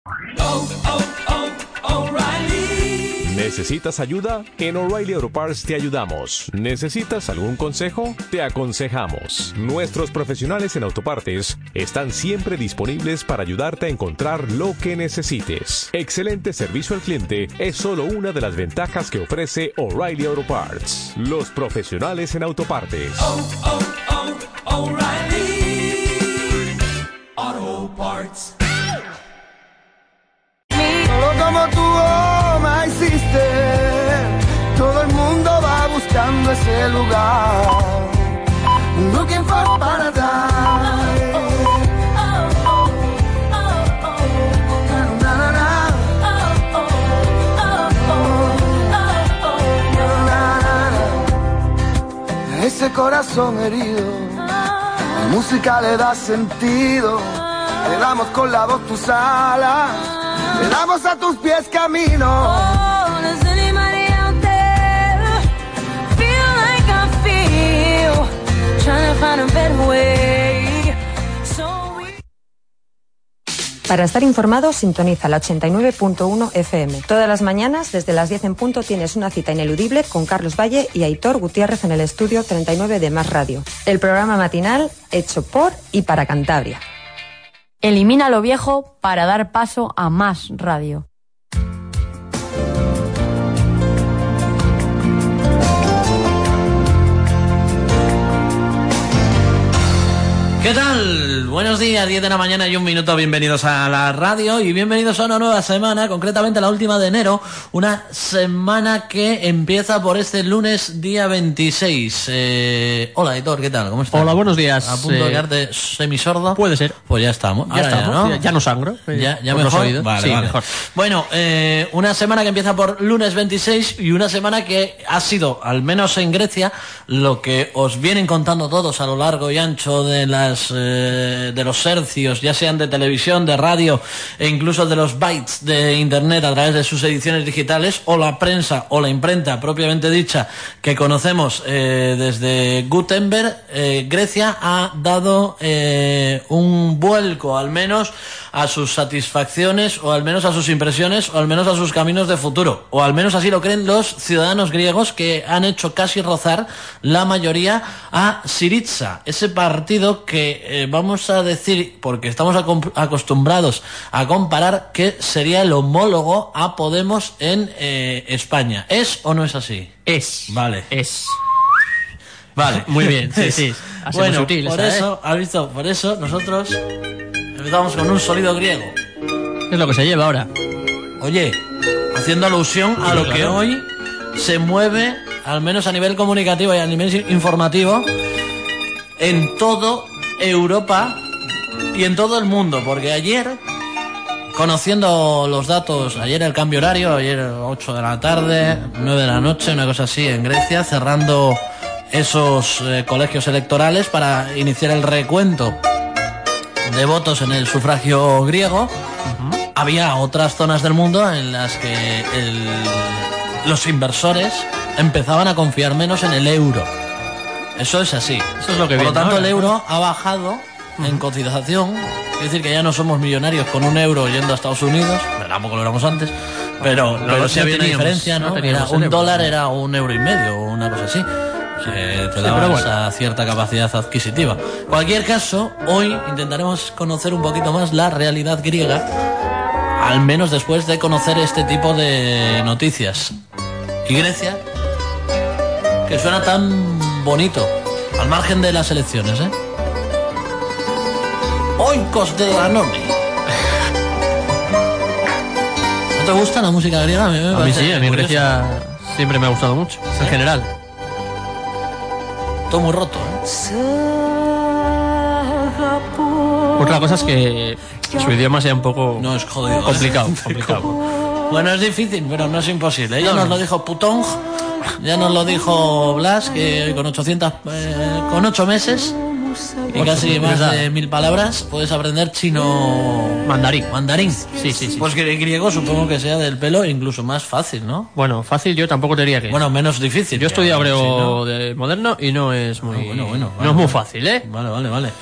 O'Reilly. ¿Necesitas ayuda? En O'Reilly Auto Parts te ayudamos. ¿Necesitas algún consejo? Te aconsejamos. Nuestros profesionales en autopartes están siempre disponibles para ayudarte a encontrar lo que necesites. Excelente servicio al cliente es solo una de las ventajas que ofrece O'Reilly Auto Parts. Los profesionales en autopartes. O'Reilly Auto Parts. Solo como tú me hiciste, todo el mundo va buscando ese lugar. Looking for paradise. Ese corazón herido, la música le da sentido. Le damos con la voz tus alas, le damos a tus pies camino. Oh, does anybody out there feel like I feel? Trying to find a better way. Para estar informado, sintoniza la 89.1 FM. Todas las mañanas, desde las 10 en punto, tienes una cita ineludible con Carlos Valle y Aitor Gutiérrez en el estudio 39 de Más Radio. El programa matinal hecho por y para Cantabria. Elimina lo viejo para dar paso a Más Radio. ¿Qué tal? Buenos días, 10 de la mañana y 1 minuto, bienvenidos a la radio y bienvenidos a una nueva semana, concretamente la última de enero, una semana que empieza por este lunes día 26. Hola, Aitor, ¿qué tal? ¿Cómo estás? Hola, buenos días. ¿A punto de quedarte semisordo? Puede ser. Pues ya estamos. Ya estamos, ¿no? ya no sangro. Ya por mejor. Los oídos. Vale, sí, vale. mejor. Bueno, una semana que empieza por lunes 26 y una semana que ha sido, al menos en Grecia, lo que os vienen contando todos a lo largo y ancho de los hercios, ya sean de televisión, de radio e incluso de los bytes de internet a través de sus ediciones digitales, o la prensa o la imprenta propiamente dicha que conocemos desde Gutenberg. Grecia ha dado un vuelco al menos a sus satisfacciones, o al menos a sus impresiones, o al menos a sus caminos de futuro, o al menos así lo creen los ciudadanos griegos, que han hecho casi rozar la mayoría a Syriza, ese partido que vamos a decir, porque estamos acostumbrados a comparar, que sería el homólogo a Podemos en España. ¿Es o no es así? Es. Vale. Es. Vale. Muy bien, sí, sí. Bueno, sutil, por esa, eso, ¿has visto? Por eso nosotros empezamos con un sólido griego. Es lo que se lleva ahora. Oye, haciendo alusión a lo que hoy se mueve, al menos a nivel comunicativo y a nivel informativo, en toda Europa y en todo el mundo, porque ayer, conociendo los datos, ayer el cambio horario, ayer 8 de la tarde, 9 de la noche, una cosa así, en Grecia, cerrando esos colegios electorales para iniciar el recuento de votos en el sufragio griego. Había otras zonas del mundo en las que los inversores empezaban a confiar menos en el euro. Eso es así. Eso es lo que Por lo viene tanto, ahora, el euro ha bajado en cotización. Es decir, que ya no somos millonarios con un euro yendo a Estados Unidos. Tampoco lo éramos antes. Pero sí había una diferencia, ¿no? Era un dólar, era un euro y medio o una cosa así. Que te daba esa cierta capacidad adquisitiva. En cualquier caso, hoy intentaremos conocer un poquito más la realidad griega, al menos después de conocer este tipo de noticias. Y Grecia, que suena tan bonito, al margen de las elecciones, ¿eh? Oikos de Anoni. ¿No te gusta la música griega? A mí sí, a mí Grecia siempre me ha gustado mucho, en general. Todo muy roto, ¿eh? Otra cosa es que su idioma sea un poco no es jodido, complicado. Bueno, es difícil, pero no es imposible. Ya nos lo dijo Putong, ya nos lo dijo Blas, que con 8 meses y casi más de 1000 palabras puedes aprender chino mandarín. Sí. Pues que el griego supongo que sea del pelo incluso más fácil, ¿no? Bueno, fácil yo tampoco te diría que. Bueno, menos difícil. Yo estudié griego de moderno y no es muy no es muy fácil, ¿eh? Vale.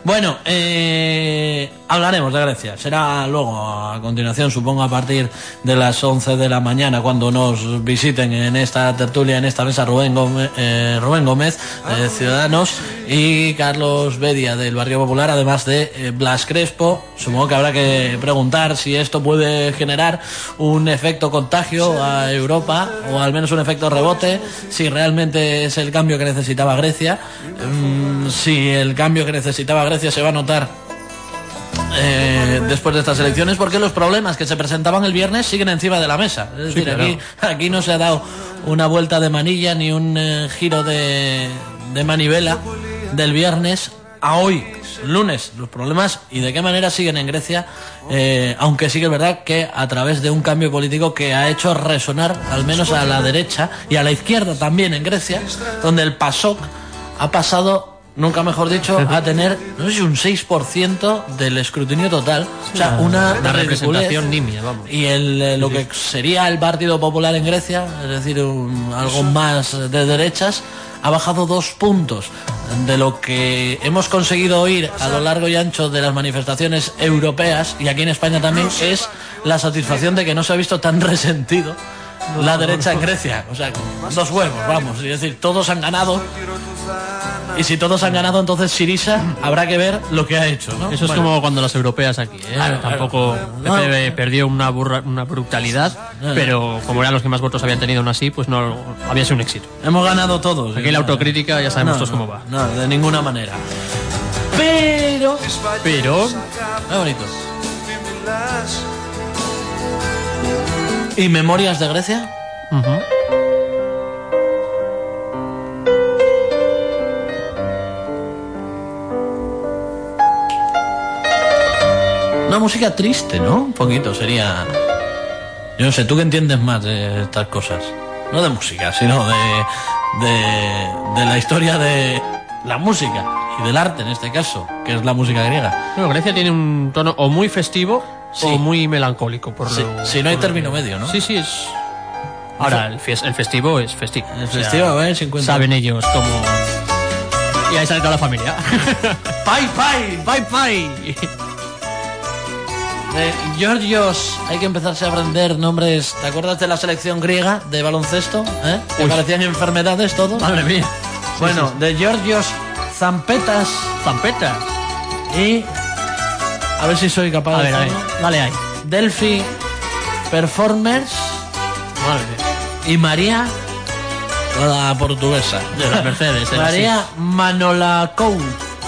Bueno, hablaremos de Grecia. Será luego, a continuación, supongo a partir de las 11 de la mañana, cuando nos visiten en esta tertulia, en esta mesa, Rubén Gómez, de Ciudadanos, y Carlos Bedia, del Barrio Popular, además de Blas Crespo. Supongo que habrá que preguntar si esto puede generar un efecto contagio a Europa, o al menos un efecto rebote, si realmente es el cambio que necesitaba Grecia, si el cambio que necesitaba Grecia se va a notar después de estas elecciones, porque los problemas que se presentaban el viernes siguen encima de la mesa. Es decir, claro, aquí no se ha dado una vuelta de manilla ni un giro de manivela del viernes a hoy, lunes. Los problemas y de qué manera siguen en Grecia, aunque sí que es verdad que a través de un cambio político que ha hecho resonar al menos a la derecha y a la izquierda también en Grecia, donde el PASOK ha pasado, nunca mejor dicho, a tener, no sé si un 6% del escrutinio total. O sea, una representación nimia, vamos. Y lo que sería el Partido Popular en Grecia, es decir, algo más de derechas, ha bajado 2 puntos. De lo que hemos conseguido oír a lo largo y ancho de las manifestaciones europeas, y aquí en España también, es la satisfacción de que no se ha visto tan resentido la derecha en Grecia. O sea, 2 huevos, vamos. Es decir, todos han ganado. Y si todos han ganado, entonces Syriza habrá que ver lo que ha hecho, ¿no? Eso es como cuando las europeas aquí, ¿eh? Claro, tampoco PP perdió una brutalidad, pero como eran los que más votos habían tenido aún así, pues no había sido un éxito. Hemos ganado todos. Aquí la autocrítica ya sabemos todos cómo va. No, de ninguna manera. Pero... Qué bonito. ¿Y Memorias de Grecia? Una música triste, ¿no? Un poquito sería... Yo no sé, ¿tú qué entiendes más de estas cosas? No de música, sino de la historia de la música y del arte, en este caso, que es la música griega. Bueno, Grecia tiene un tono o muy festivo o muy melancólico. Si no hay término medio, ¿no? Sí, es... Ahora, el festivo es festivo. El festivo, a ver, 50. Saben ellos cómo... Y ahí sale toda la familia. ¡Pai! Georgios, hay que empezarse a aprender nombres. ¿Te acuerdas de la selección griega de baloncesto? Que parecían enfermedades todos. Madre mía. Bueno, sí. De Georgios Zampetas. Y a ver si soy capaz de hacerlo. Dale ahí. Delphi Performers. Madre mía. Y María, la portuguesa. De la Mercedes. María Manolacou.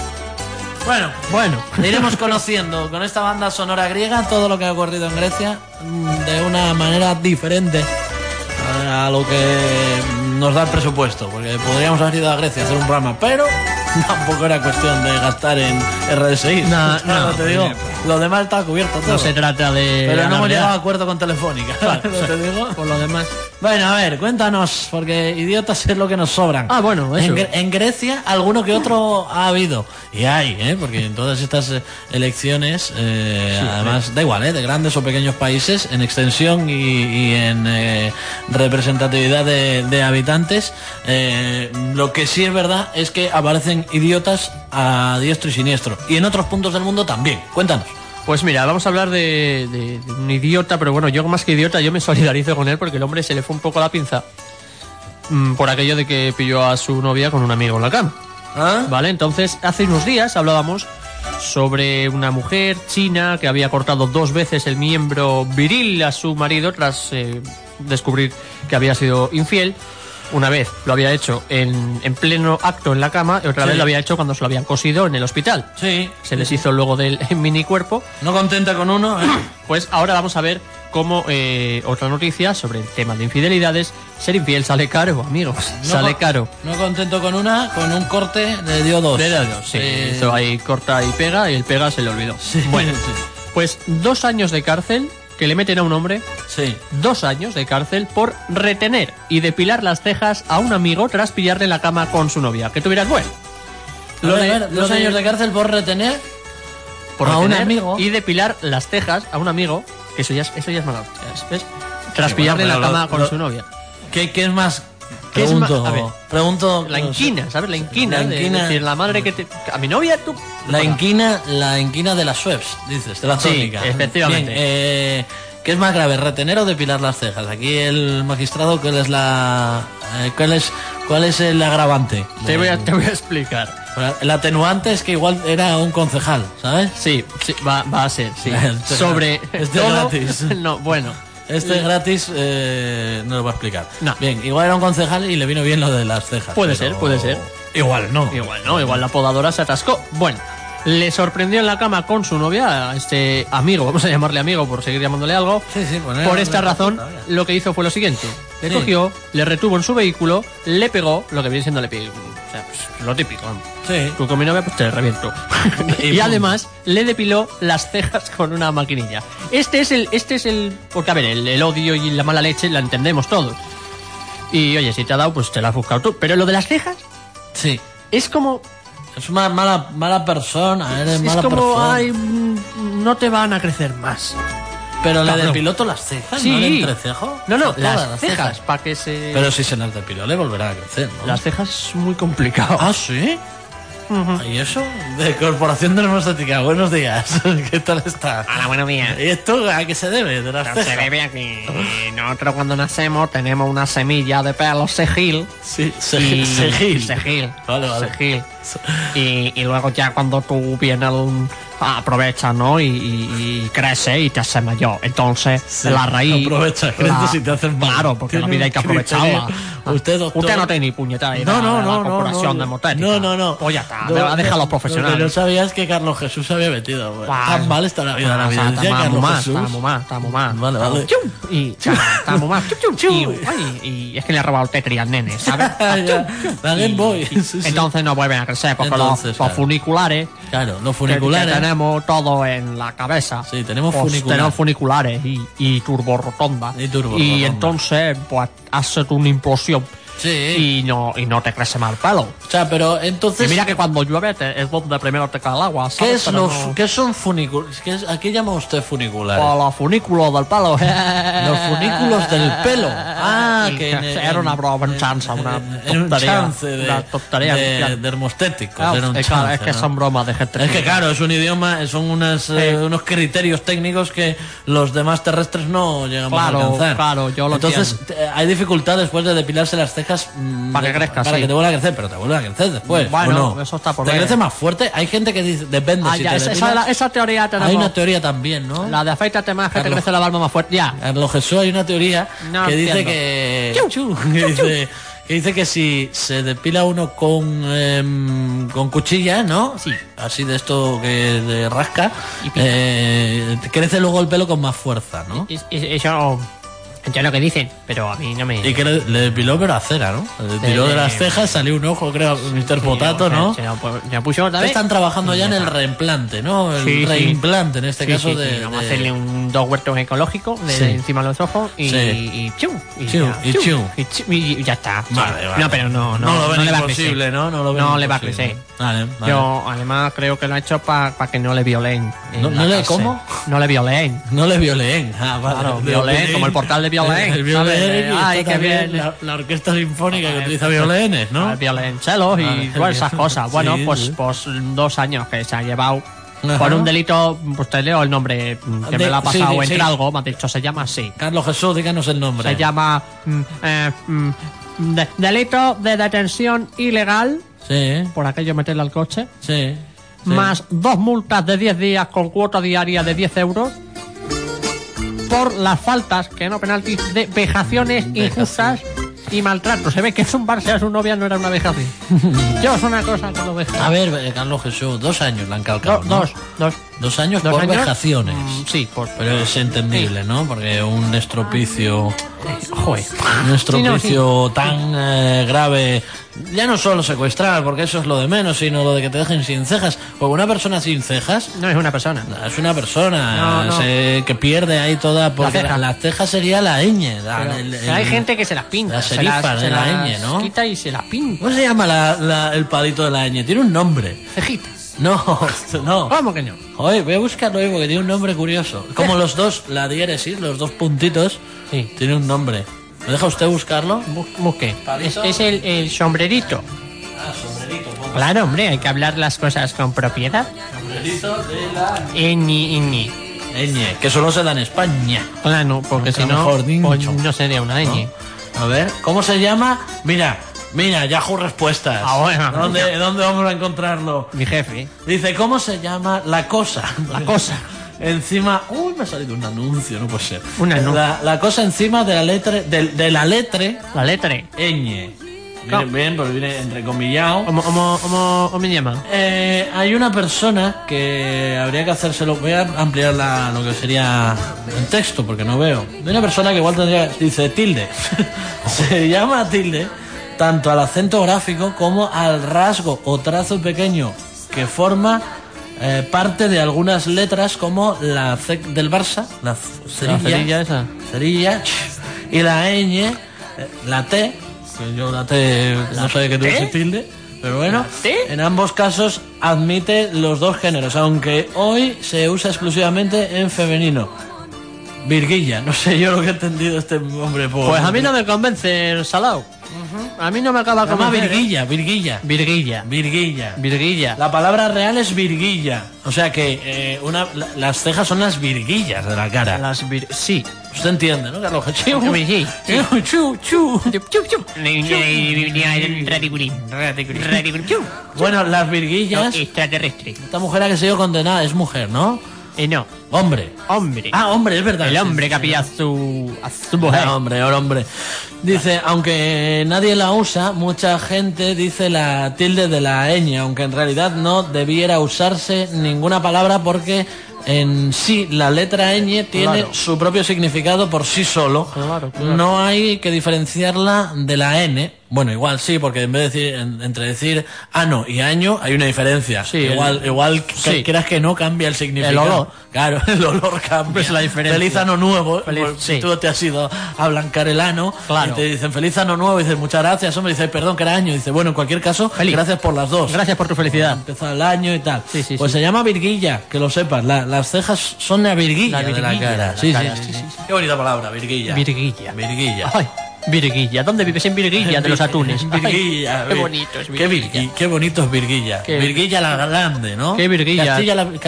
Bueno, iremos conociendo con esta banda sonora griega todo lo que ha ocurrido en Grecia de una manera diferente a lo que nos da el presupuesto, porque podríamos haber ido a Grecia a hacer un programa, pero tampoco era cuestión de gastar en RSI. No, te digo, lo demás está cubierto todo. No se trata de... Pero no hemos llegado a acuerdo con Telefónica. Claro, te digo. Por lo demás... Bueno, a ver, cuéntanos, porque idiotas es lo que nos sobran. Bueno, eso. En Grecia, alguno que otro ha habido. Y hay, porque en todas estas elecciones, además, da igual, de grandes o pequeños países, en extensión y en representatividad de habitantes, lo que sí es verdad es que aparecen idiotas a diestro y siniestro. Y en otros puntos del mundo también. Cuéntanos. Pues mira, vamos a hablar de un idiota, pero bueno, yo más que idiota, yo me solidarizo con él porque el hombre se le fue un poco la pinza por aquello de que pilló a su novia con un amigo en la cama. Vale, entonces hace unos días hablábamos sobre una mujer china que había cortado 2 veces el miembro viril a su marido tras descubrir que había sido infiel. Una vez lo había hecho en pleno acto en la cama y otra vez lo había hecho cuando se lo habían cosido en el hospital. Sí. Se les hizo luego del mini cuerpo. No contenta con uno, Pues ahora vamos a ver cómo otra noticia sobre el tema de infidelidades. Ser infiel sale caro, amigos. Sale caro. No contento con una, con un corte le dio 2. Le dio 2, sí. Hizo ahí corta y pega y el pega se le olvidó. Sí. Bueno, pues 2 años de cárcel que le meten a un hombre. Sí. 2 años de cárcel por retener y depilar las cejas a un amigo tras pillarle en la cama con su novia. Que tuvieras bueno. 2 años de cárcel por retener a un amigo y depilar las cejas a un amigo. Que eso ya es mala hostia, ¿ves? Tras pillarle en la cama con su novia. ¿Qué es más ¿Qué es Pregunto, a ver, pregunto... la inquina, ¿sabes? La inquina. La inquina. Es decir, la madre que te... A mi novia tú... La inquina de las Schweppes, dices, de la Sí, tónica. efectivamente. Bien, ¿qué es más grave, retener o depilar las cejas? Aquí el magistrado, ¿cuál es el agravante? Te voy a explicar. El atenuante es que igual era un concejal, ¿sabes? Sí, va a ser, sí. Sobre Este todo... gratis. No, bueno. Este gratis no lo voy a explicar. No. Bien, igual era un concejal y le vino bien lo de las cejas. Puede pero ser. Igual no. Igual la podadora se atascó. Bueno, le sorprendió en la cama con su novia, este amigo, vamos a llamarle amigo por seguir llamándole algo. Sí, Por esta razón, lo que hizo fue lo siguiente. Le cogió, le retuvo en su vehículo, le pegó, lo que viene siendo le pegó. O sea, pues, lo típico. Sí. Tú con mi novia, pues te reviento. y además, le depiló las cejas con una maquinilla. Este es el... Porque, a ver, el odio y la mala leche la entendemos todos. Y, oye, si te ha dado, pues te la has buscado tú. Pero lo de las cejas... Sí. Es como... Es una mala persona, eres Es mala como, persona. ay, no te van a crecer más. Pero le Cabrón. depiló todas las cejas, Sí. ¿no? ¿El entrecejo? No, Todas las cejas, para que se... Pero si se las depiló, le volverá a crecer, ¿no? Las cejas es muy complicado. Ah, ¿sí? ¿Y eso? De Corporación de Dermostética, buenos días. ¿Qué tal está? Hola, buenos días. ¿Y esto a qué se debe? De las Se cejas. debe a que nosotros cuando nacemos tenemos una semilla de pelo segil. Sí, y- segil. Segil. Vale. Segil. Y luego ya cuando tú vienes aprovechas, ¿no? Y crece y te hace mayor. Entonces, Sí, la raíz... aprovecha, creces y te haces mayor. Claro, porque la Tiene vida hay un que aprovecharla. criterio. Usted, doctor... Usted no tiene ni puñetera idea No. de la corporación demostética. No. Pues ya está, deja a los profesionales. No sabías que Carlos Jesús se había metido. Bueno, Guau. tan mal está la vida. La vida decía Carlos Jesús. Está muy mal. Vale. Chum. Y está muy mal. Y es que le ha robado el Tetris al nene, ¿sabes? Ya, la Game Boy. Y Sí. entonces no vuelven a crecer porque Entonces, los claro. funiculares Claro, los que funiculares. tenemos todo en la cabeza. Sí, tenemos pues funiculares. tenemos funiculares y turborrotonda. Y turborrotonda. Y entonces, pues, hace una implosión. Sí. Y no te crece mal pelo. O sea, pero entonces... Y mira que cuando llueve es donde primero te cae el agua, ¿sabes? Pero no- ¿Qué son funiculares? ¿A qué llama usted funiculares? Por los funículos del pelo. Los funículos del pelo. Ah, Y que era una broma, un chance, una en un tontería. chance Una tontería. de dermostéticos. Claro, Era un claro, chance, es que ¿no? son bromas de gente. Es que claro, es un idioma, son unos criterios técnicos que los demás terrestres no llegamos a alcanzar. Claro, yo lo Entonces hay dificultad después de depilarse las cejas Para que crezca, para sí. que te vuelva a crecer, pero te vuelve a crecer después. Bueno, ¿o no? eso está por ¿Te ver. crece más fuerte? Hay gente que dice, depende. Ah, si ya, te esa, depilas- esa teoría tenemos. hay una teoría también, ¿no? La de afeítate más que te Carlos- crece la barba más fuerte. Ya. Carlos Jesús, hay una teoría No que dice entiendo. que dice que si se depila uno con cuchilla, ¿no? Sí. Así de esto que de rasca, Y pica. crece luego el pelo con más fuerza, ¿no? Eso es lo que dicen, pero a mí no me. Y que le depiló pero a cera, ¿no? Le depiló de las cejas, salió un ojo, creo, Mr. Potato, ¿no? Ya puso otra vez. Están trabajando ya en el reimplante, ¿no? El Sí, sí. reimplante en este Sí, caso sí, de... sí, vamos a de- hacerle dos huertos ecológicos Sí. encima de los ojos y, Sí. y chum, Chum, ya, y chum. y ya está. Vale, vale. No, pero no lo ven le va a imposible, crecer. ¿no? No lo ven No le va a imposible. crecer. Vale, vale. Yo además creo que lo ha hecho para que no le violen. en ¿No la le cárcel. cómo? No le violen. No le violeen. Ah, vale. Claro, De violén, como el portal de violén, El violén, ¿sabes? y Ay, está qué también bien. la orquesta sinfónica que utiliza violenes, ¿no? Violonchelos y Vale, todas esas bien. cosas. Bueno, Sí, pues, sí. pues 2 años que se ha llevado Ajá. por un delito, pues te leo el nombre que me lo ha pasado sí, entre sí. algo, me ha dicho, se llama así. Carlos Jesús, díganos el nombre. Se llama delito de detención ilegal, Sí, por aquello meterle al coche, sí. sí. más 2 multas de 10 días con cuota diaria de 10 euros por las faltas, que no penaltis, de vejaciones injustas y maltrato. Se ve que zumbarse a su novia no era una vejación. Yo es una cosa que lo dejo. A ver, Carlos Jesús, 2 años le han calcado, ¿no? Dos. 2 años ¿2 por años? vejaciones. Sí, por... Pero es entendible, ¿no? Porque un estropicio... Joder. Un estropicio Sí, tan grave, ya no solo secuestrar, porque eso es lo de menos, sino lo de que te dejen sin cejas. Porque una persona sin cejas No es una persona. es una persona No. que pierde ahí toda, porque ceja. las cejas sería la ñ. Pero hay gente que se las pinta. la se serifa las- de se la las ñ, ¿no? quita y se las pinta. ¿Cómo se llama el palito de la ñ? Tiene un nombre. Cejita. No, no. ¿Cómo que no? Oye, voy a buscarlo ahí porque tiene un nombre curioso. Como los dos, la diéresis, los 2 puntitos, Sí. tiene un nombre. ¿Me deja usted buscarlo? Busque. ¿Palito? Es el sombrerito. Ah, sombrerito. Claro, hombre, hay que hablar las cosas con propiedad. Sombrerito de la Ñ. ñ, que solo se da en España. Claro, porque si no, mejor dicho. pues no sería una ñ. A ver, ¿cómo se llama? Mira, Yahoo Respuestas. Ah, bueno. ¿Dónde vamos a encontrarlo? Mi jefe. Dice, ¿cómo se llama la cosa? La cosa. Encima... Uy, me ha salido un anuncio, no puede ser. Un anuncio. La cosa encima de la letra... De la letra... La letra. ñ. ¿Cómo? Bien, porque viene entrecomillado. ¿Cómo me llama? Hay una persona que habría que hacérselo. Voy a ampliar lo que sería el texto porque no veo. Hay una persona que igual tendría. Dice tilde. Se llama tilde tanto al acento gráfico como al rasgo o trazo pequeño que forma parte de algunas letras como la C del Barça, la cerilla esa. cerilla, y la ñ, la T. Que yo la T no sabía que tuviese tilde, pero bueno, en ambos casos admite los dos géneros, aunque hoy se usa exclusivamente en femenino. Virguilla, no sé yo lo que he entendido este hombre por... Pues a mí no me convence el salao. A mí no me acaba Se llama convencer. Virguilla. Virguilla. La palabra real es virguilla, o sea que las cejas son las virguillas de la cara. Sí. Usted entiende, ¿no, Carlos? Sí. Chu. Bueno, las virguillas... Extraterrestre. Esta mujer a que se dio condenada es mujer, ¿no? No. Hombre. Hombre. Ah, hombre, es verdad. El hombre que ha pillado a su mujer. Hombre. Dice, aunque nadie la usa, mucha gente dice la tilde de la ñ, aunque en realidad no debiera usarse ninguna palabra porque en sí la letra ñ tiene su propio significado por sí solo. Claro. No hay que diferenciarla de la n. Bueno, igual sí, porque en vez de decir entre decir ano y año hay una diferencia. Sí, igual sí. creas que no cambia el significado. El olor. Claro, el olor cambia. Es la diferencia. Feliz ano nuevo. Feliz, Si sí. tú te has ido a blancar el ano, Claro. y te dicen feliz ano nuevo, y dices muchas gracias, hombre, dice perdón que era año, y dice bueno, en cualquier caso, Feliz. gracias por las dos. Gracias por tu felicidad. Empezado el año y tal. Sí, Pues se llama virguilla, que lo sepas. Las cejas son la virguilla, La de la virguilla cara. de la Sí. cara. Qué bonita palabra, virguilla. Virguilla. Virguilla. Ay, Virguilla. ¿Dónde vives? En Virguilla, de los atunes. Virguilla. Ay, qué bonito es Qué Virguilla. qué bonito es Virguilla. Qué- Virguilla la grande, ¿no? Qué Virguilla.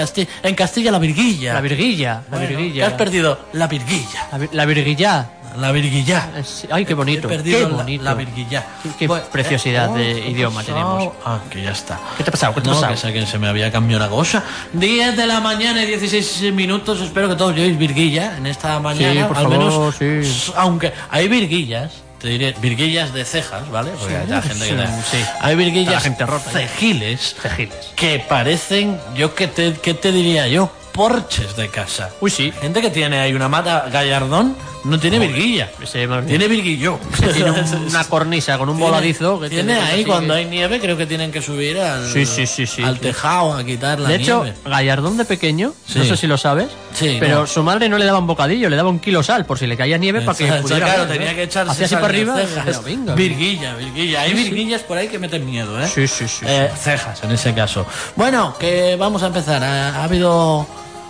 En Castilla la Virguilla. La Virguilla. La Bueno, Virguilla. ¿qué has perdido? La Virguilla. La Virguilla. La Virguilla. Ay, qué bonito. He perdido Qué bonito. la Virguilla. Qué Bueno, preciosidad de ¿qué idioma ha tenemos. pasado? Ah, que ya está. ¿Qué te ha pasado? ¿Qué te ha No, pasado? que sé que se me había cambiado la cosa. 10 de la mañana y 16 minutos. Espero que todos llevéis virguilla en esta mañana. por al favor, menos, sí. aunque hay virguillas, te diré, virguillas de cejas, ¿vale? Porque hay la gente que sí. hay virguillas La gente rota, cejiles, Cejiles. que parecen, ¿qué te diría yo? Porches de casa. Uy, sí. Gente que tiene ahí una mata gallardón no tiene virguilla. Ese más bien. Tiene virguillo. Tiene una cornisa con un voladizo. Que Tiene te- ahí así cuando que- hay nieve, creo que tienen que subir al, Sí. al tejado a quitar la De hecho, nieve. Gallardón de pequeño, Sí. no sé si lo sabes, Sí, pero no. su madre no le daba un bocadillo, le daba 1 kilo sal por si le caía nieve para que Exacto, pudiera claro, ver, tenía ¿no? que echarse Hacía así sal para en las arriba. cejas. Pero venga. Virguilla. Hay Sí, sí. virguillas por ahí que meten miedo, ¿eh? Sí. Cejas, en ese caso. Bueno, que vamos a empezar. ¿Ha habido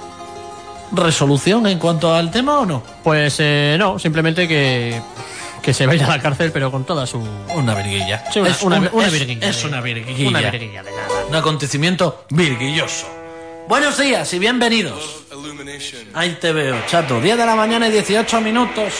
resolución en cuanto al tema o no? Pues no, simplemente que se va a ir a la cárcel, pero con toda su... Una virguilla. Sí, una virguilla. Es una virguilla. Una virguilla de nada. Un acontecimiento virguilloso. Buenos días y bienvenidos. Ahí te veo, chato. 10 de la mañana y 18 minutos.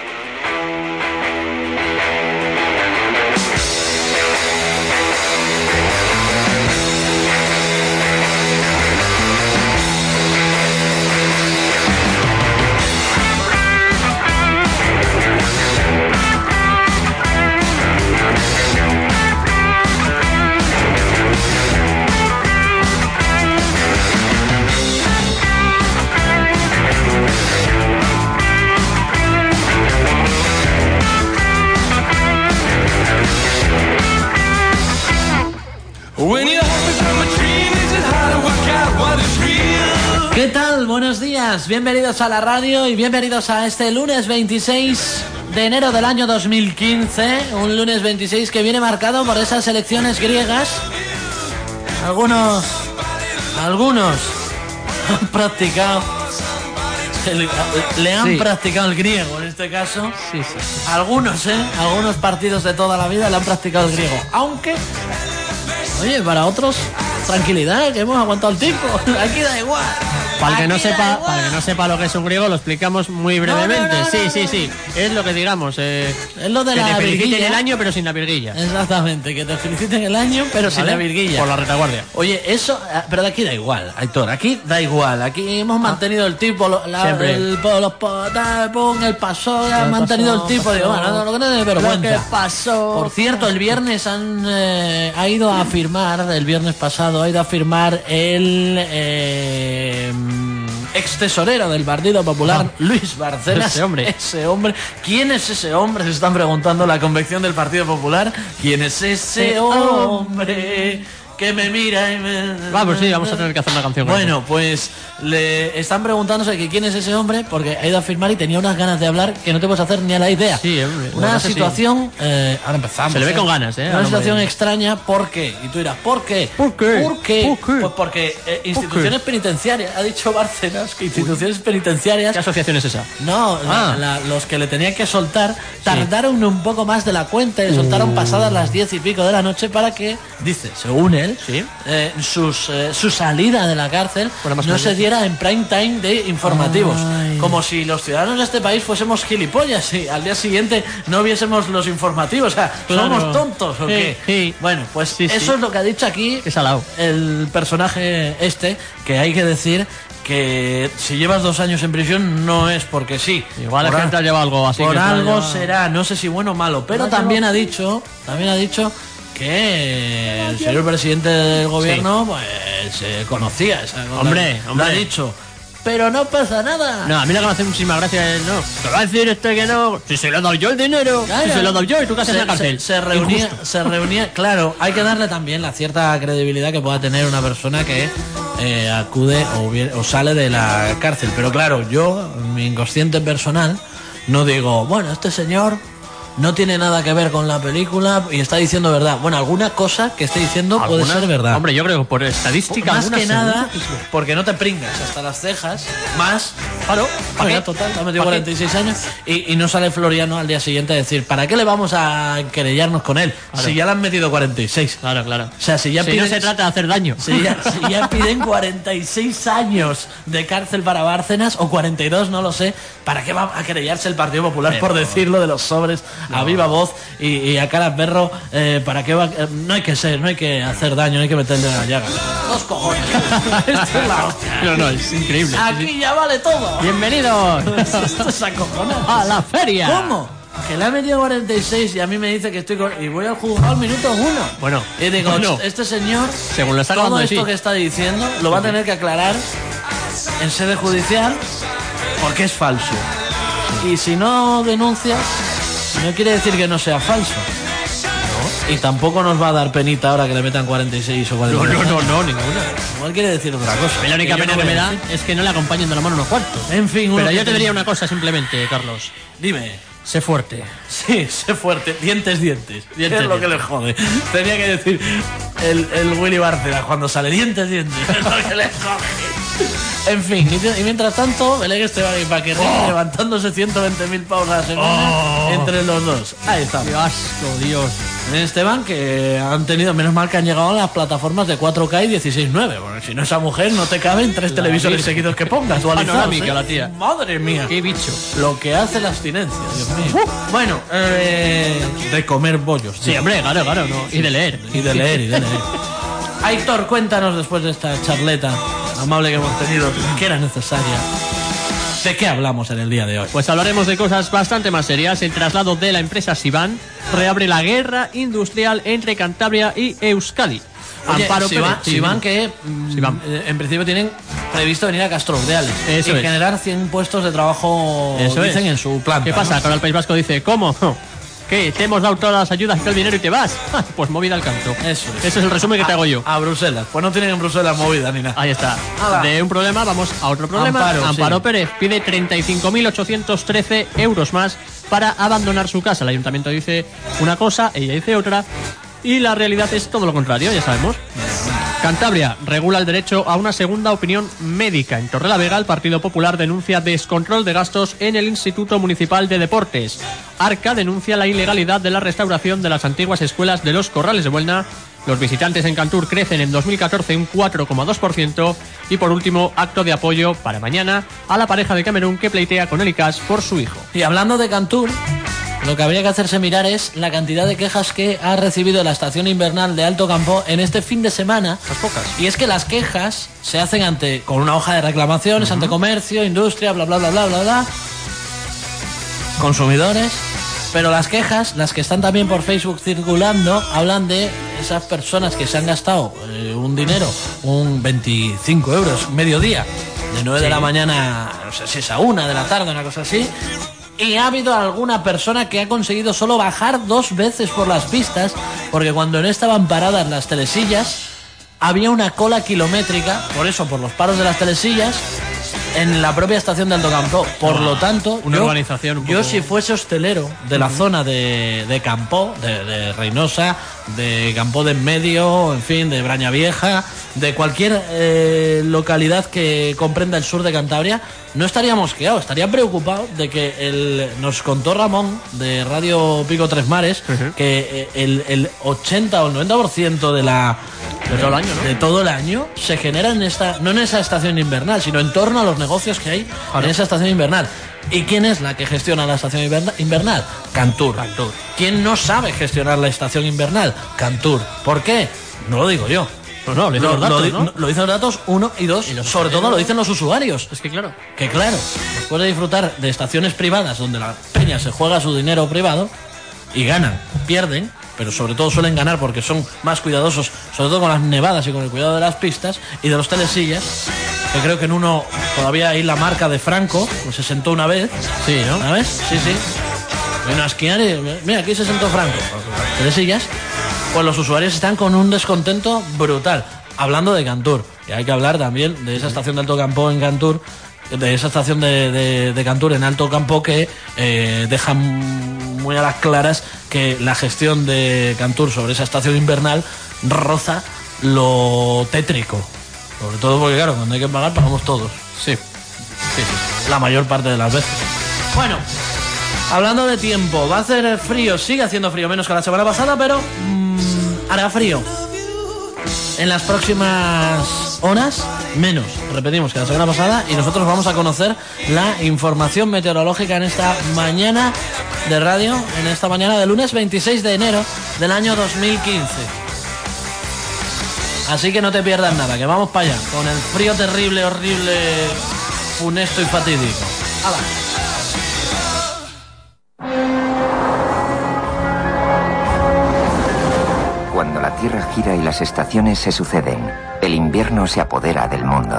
¿Qué tal? Buenos días, bienvenidos a la radio y bienvenidos a este lunes 26 de enero del año 2015. Un lunes 26 que viene marcado por esas elecciones griegas. Algunos han practicado le han Sí. practicado el griego en este caso. Sí. Algunos partidos de toda la vida le han practicado el griego. Aunque, oye, para otros, tranquilidad, que hemos aguantado el tipo. Aquí da igual. Para el que no Aquí da sepa, igual. para el que no sepa lo que es un griego, lo explicamos muy brevemente. no, Sí. Es lo que digamos. Es lo de que la te feliciten virguilla. el año, pero sin la virguilla. Exactamente, que te feliciten el año, pero sin ¿Vale? la virguilla. Por la retaguardia. Oye, eso, pero de aquí da igual, Aitor, aquí da igual. Aquí hemos mantenido el tipo, Siempre. el paso, han mantenido el tipo. Digo, bueno, lo que no es de vergüenza. pasó. Por cierto, el viernes ha ido a firmar, el viernes pasado, ha ido a firmar el ex tesorero del Partido Popular, Luis Bárcenas. Ese hombre. ¿Quién es ese hombre? Se están preguntando la convección del Partido Popular. ¿Quién es ese hombre que me mira y me... Vamos a tener que hacer una canción. con Bueno, pues le están preguntándose que quién es ese hombre porque ha ido a firmar y tenía unas ganas de hablar que no te puedes hacer ni a la idea. Sí, hombre, la Una verdad que situación... ahora empezamos. Se le ve con ganas, Una al situación hombre. extraña, ¿por qué? Y tú dirás, ¿por qué? ¿Por qué? ¿Por qué? ¿Por qué? Pues porque instituciones penitenciarias, ha dicho Bárcenas que instituciones penitenciarias... ¿Qué asociación es esa? No, los que le tenían que soltar tardaron un poco más de la cuenta y soltaron pasadas las 10 y pico de la noche para que, dice, según él, Sí. su salida de la cárcel Bueno, más o no menos. se diera en prime time de informativos. Ay. Como si los ciudadanos de este país fuésemos gilipollas y al día siguiente no viésemos los informativos. O sea, Claro. ¿somos tontos o Sí, qué? sí. Bueno, pues Sí, sí. eso es lo que ha dicho aquí Qué salado. el personaje que hay que decir que si llevas 2 años en prisión no es porque sí. Igual Por la gente ha llevado algo así. por que algo lleva- será, no sé si bueno o malo, pero también ha dicho que el señor presidente del gobierno pues conocía esa cosa. Hombre. Lo ha dicho. Pero no pasa nada. No, a mí lo que me hace muchísima gracia es, no, te va a decir este que no, si se lo he dado yo el dinero, Claro. si se lo he dado yo y tú qué haces en la cárcel. Se reunía, claro, hay que darle también la cierta credibilidad que pueda tener una persona que acude o sale de la cárcel. Pero claro, yo, en mi inconsciente personal, no digo, bueno, este señor no tiene nada que ver con la película y está diciendo verdad. Bueno, alguna cosa que esté diciendo puede ¿Alguna? ser verdad. Hombre, yo creo que por estadística Más alguna que seguro nada, que sí. porque no te pringas hasta las cejas, más, claro, ¿pa' qué? total, ha metido ¿Pa' qué? 46 años y no sale Floriano al día siguiente a decir, ¿para qué le vamos a querellarnos con él? Claro. Si ya le han metido 46. Claro. O sea, si ya Si piden, no se trata de hacer daño. si ya piden 46 años de cárcel para Bárcenas o 42, no lo sé, ¿para qué va a querellarse el Partido Popular por decirlo de los sobres a viva voz y a cara perro? ¿Para qué va? No hay que hacer daño, no hay que meterle en la llaga. Dos cojones. Esto es la hostia. No, es increíble. Aquí ya vale todo. Bienvenidos Esto es acojonante. a la feria. ¿Cómo? Que le ha metido 46 y a mí me dice que estoy y voy al juzgado al minuto 1. Bueno, Y digo, bueno. este señor, Según lo está todo acabando de esto decir. que está diciendo lo va a tener que aclarar en sede judicial porque es falso. Y si no denuncias, no quiere decir que no sea falso. Y tampoco nos va a dar penita ahora que le metan 46 o 42. No, ninguna. Igual quiere decir otra cosa. La única yo pena no que voy me a da decir. es que no le acompañen de la mano unos cuantos. En fin, uno Pero que yo te tiene- diría una cosa simplemente, Carlos. Dime. Sé fuerte. Sí, sé fuerte. Dientes. Dientes, Es lo que le jode. Tenía que decir el Willy Bárcenas cuando sale. Dientes. Es lo que le jode. En fin, y mientras tanto, Belén Esteban y Paquerrín levantándose 120.000 pavos a la semana entre los dos. Ahí está. Qué asco, Dios. Belén Esteban, que han tenido, menos mal que han llegado a las plataformas de 4K y 16:9. Porque si no, esa mujer no te cabe en 3 televisores Virgen. seguidos que pongas. dualizados, Panorámica, la tía. Madre mía. Qué bicho. Lo que hace la abstinencia, Dios mío. Bueno, de comer bollos. Sí, hombre, claro, no. Y de leer. Y de leer. Aitor, cuéntanos después de esta charleta amable que hemos tenido, que era necesaria. ¿De qué hablamos en el día de hoy? Pues hablaremos de cosas bastante más serias. El traslado de la empresa Sivan reabre la guerra industrial entre Cantabria y Euskadi. Oye, Amparo Sivan, Pérez. Sí, Sivan dime. que Sivan. en principio tienen previsto venir a Castrobreales Eso y es. generar 100 puestos de trabajo, Eso dicen, es. en su planta. ¿Qué pasa? ¿no? Ahora el País Vasco dice, ¿cómo? ¿Qué? ¿Te hemos dado todas las ayudas y todo el dinero y te vas? Pues movida al canto. Eso es. Ese es el resumen que te hago yo. A Bruselas. Pues no tienen en Bruselas movida ni nada. Ahí está. Hala. De un problema vamos a otro problema. Amparo, sí. Pérez pide 35.813 euros más para abandonar su casa. El ayuntamiento dice una cosa, ella dice otra. Y la realidad es todo lo contrario, ya sabemos. Cantabria regula el derecho a una segunda opinión médica. En Torrelavega, el Partido Popular denuncia descontrol de gastos en el Instituto Municipal de Deportes. Arca denuncia la ilegalidad de la restauración de las antiguas escuelas de los Corrales de Buelna. Los visitantes en Cantur crecen en 2014 un 4,2%. Y por último, acto de apoyo para mañana a la pareja de Camerún que pleitea con el ICAS por su hijo. Y hablando de Cantur, lo que habría que hacerse mirar es la cantidad de quejas que ha recibido la estación invernal de Alto Campo en este fin de semana. Las pocas. Y es que las quejas se hacen con una hoja de reclamaciones ante comercio, industria, bla, bla, bla, bla, bla, bla, consumidores. Pero las quejas, las que están también por Facebook circulando, hablan de esas personas que se han gastado un dinero, un 25 euros, mediodía, de 9 de la mañana, no sé si es a 1 de la tarde, una cosa así. Y ha habido alguna persona que ha conseguido solo bajar 2 veces por las pistas, porque cuando no estaban paradas las telesillas, había una cola kilométrica, por eso, por los paros de las telesillas, en la propia estación de Alto Campo. Por lo tanto, organización un poco... yo si fuese hostelero de la zona de Campo, de Reynosa, de Campo de en Medio, en fin, de Braña Vieja, de cualquier localidad que comprenda el sur de Cantabria, no estaría mosqueado, estaría preocupado de que nos contó Ramón de Radio Pico Tres Mares que el 80 o el 90% de todo el año, ¿no? De todo el año se genera no en esa estación invernal, sino en torno a los negocios que hay en esa estación invernal. ¿Y quién es la que gestiona la estación invernal? Cantur. ¿Quién no sabe gestionar la estación invernal? Cantur. ¿Por qué? No lo digo yo. No, lo dicen los datos, ¿no? Lo dicen los datos 1 y 2, sobre todo lo dicen los usuarios. Es que claro, después de disfrutar de estaciones privadas donde la peña se juega su dinero privado y ganan, pierden, pero sobre todo suelen ganar porque son más cuidadosos, sobre todo con las nevadas y con el cuidado de las pistas y de los telesillas, que creo que en uno todavía hay la marca de Franco, pues se sentó una vez. Sí, ¿no? ¿Sabes? Sí. Vino a esquiar y mira, aquí se sentó Franco. Las telesillas, pues los usuarios están con un descontento brutal. Hablando de Cantur, y hay que hablar también de esa estación de Alto Campo en Cantur, de esa estación de Cantur en Alto Campo que deja muy a las claras que la gestión de Cantur sobre esa estación invernal roza lo tétrico. Sobre todo porque, claro, cuando hay que pagar, pagamos todos. Sí. La mayor parte de las veces. Bueno, hablando de tiempo, va a hacer frío, sigue haciendo frío, menos que la semana pasada, pero hará frío. En las próximas horas, menos, repetimos, que la semana pasada, y nosotros vamos a conocer la información meteorológica en esta mañana de radio, en esta mañana de lunes 26 de enero del año 2015. Así que no te pierdas nada, que vamos para allá, con el frío terrible, horrible, funesto y fatídico. ¡Hala! Cuando la Tierra gira y las estaciones se suceden, el invierno se apodera del mundo.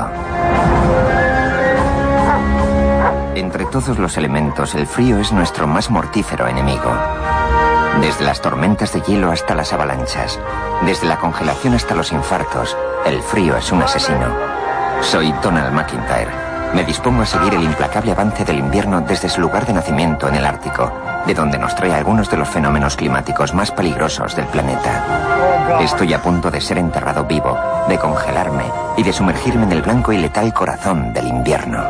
Entre todos los elementos, el frío es nuestro más mortífero enemigo. Desde las tormentas de hielo hasta las avalanchas, desde la congelación hasta los infartos, el frío es un asesino. Soy Donald McIntyre. Me dispongo a seguir el implacable avance del invierno desde su lugar de nacimiento en el Ártico, de donde nos trae algunos de los fenómenos climáticos más peligrosos del planeta. Estoy a punto de ser enterrado vivo, de congelarme y de sumergirme en el blanco y letal corazón del invierno.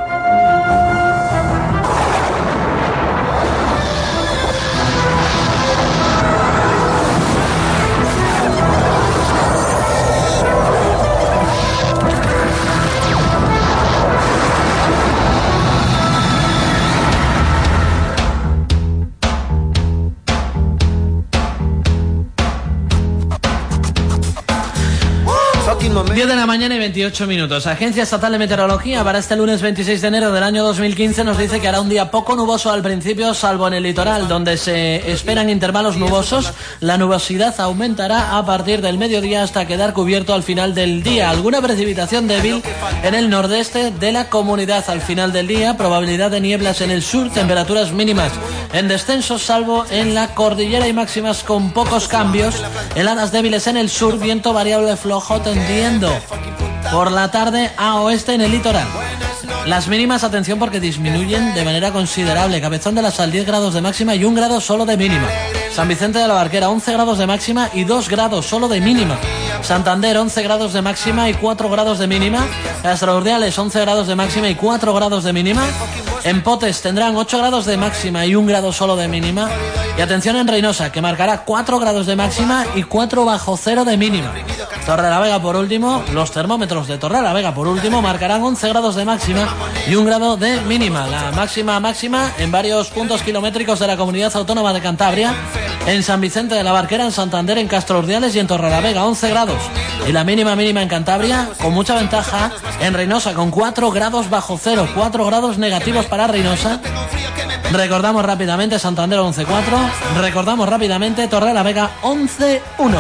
Momento. 10 de la mañana y 28 minutos. Agencia Estatal de Meteorología para este lunes 26 de enero del año 2015 nos dice que hará un día poco nuboso al principio, salvo en el litoral, donde se esperan intervalos nubosos. La nubosidad aumentará a partir del mediodía hasta quedar cubierto al final del día. Alguna precipitación débil en el nordeste de la comunidad al final del día. Probabilidad de nieblas en el sur, temperaturas mínimas en descenso, salvo en la cordillera, y máximas con pocos cambios. Heladas débiles en el sur, viento variable flojo tendiendo por la tarde a oeste en el litoral. Las mínimas, atención, porque disminuyen de manera considerable. Cabezón de la Sal, 10 grados de máxima y 1 grado solo de mínima. San Vicente de la Barquera, 11 grados de máxima y 2 grados solo de mínima. Santander, 11 grados de máxima y 4 grados de mínima. Castro Urdiales, 11 grados de máxima y 4 grados de mínima. En Potes tendrán 8 grados de máxima y 1 grado solo de mínima. Y atención en Reynosa, que marcará 4 grados de máxima y 4 bajo cero de mínima. Torrelavega, por último, los termómetros de Torrelavega, por último, marcarán 11 grados de máxima y 1 grado de mínima. La máxima en varios puntos kilométricos de la Comunidad Autónoma de Cantabria. En San Vicente de la Barquera, en Santander, en Castro Urdiales y en Torrelavega, 11 grados. Y la mínima en Cantabria, con mucha ventaja, en Reynosa, con 4 grados bajo cero, 4 grados negativos para Reynosa. Recordamos rápidamente Santander 11.4, recordamos rápidamente Torrelavega 11.1.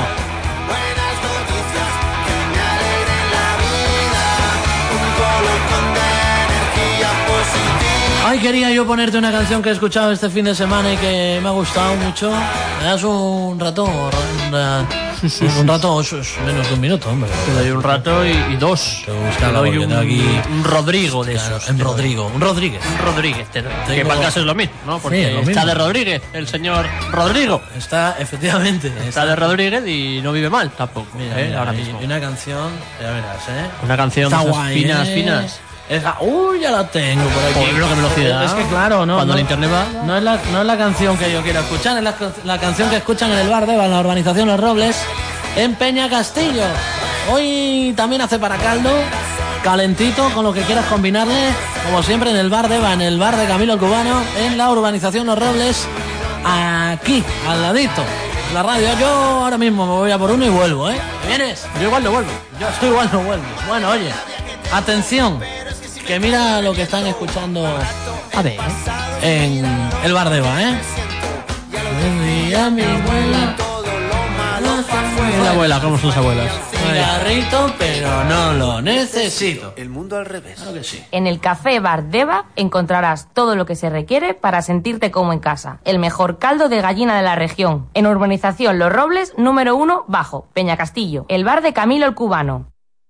Ay, quería yo ponerte una canción que he escuchado este fin de semana y que me ha gustado mucho. Me das un rato, un rato, menos de un minuto, hombre. Te doy un rato y dos. Te doy un Rodrigo de esos. Un Rodríguez. Un Rodríguez, que para el caso es lo mismo, ¿no? Porque sí, está de Rodríguez, el señor Rodrigo. Está, efectivamente. Está de Rodríguez y no vive mal tampoco. Mira, ahora mismo. Y una canción, ya verás, Una canción está de esas guay, finas. Uy, ya la tengo por aquí. Joder, qué velocidad. Es que claro, no. Cuando el internet va. No es la canción que yo quiero escuchar, es la canción que escuchan en el bar de Eva, en la urbanización Los Robles, en Peña Castillo. Hoy también hace para caldo, calentito, con lo que quieras combinarle, como siempre en el bar de Eva, en el bar de Camilo el Cubano, en la urbanización Los Robles, aquí, al ladito. La radio, yo ahora mismo me voy a por uno y vuelvo, ¿Me vienes? Yo igual no vuelvo. Yo igual no vuelvo. Bueno, oye, atención, que mira lo que están escuchando a ver en el bar de Eva, mi abuela. La abuela, ¿cómo son las abuelas? Cigarrito, pero no lo necesito. El mundo al revés. Claro que sí. En el Café Bar Deva encontrarás todo lo que se requiere para sentirte como en casa. El mejor caldo de gallina de la región. En urbanización Los Robles, número 1, bajo, Peña Castillo. El bar de Camilo el Cubano.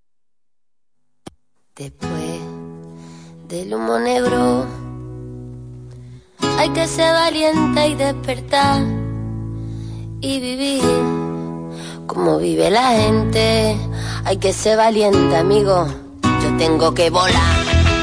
Después del humo negro hay que ser valiente y despertar y vivir como vive la gente. Hay que ser valiente, amigo, yo tengo que volar.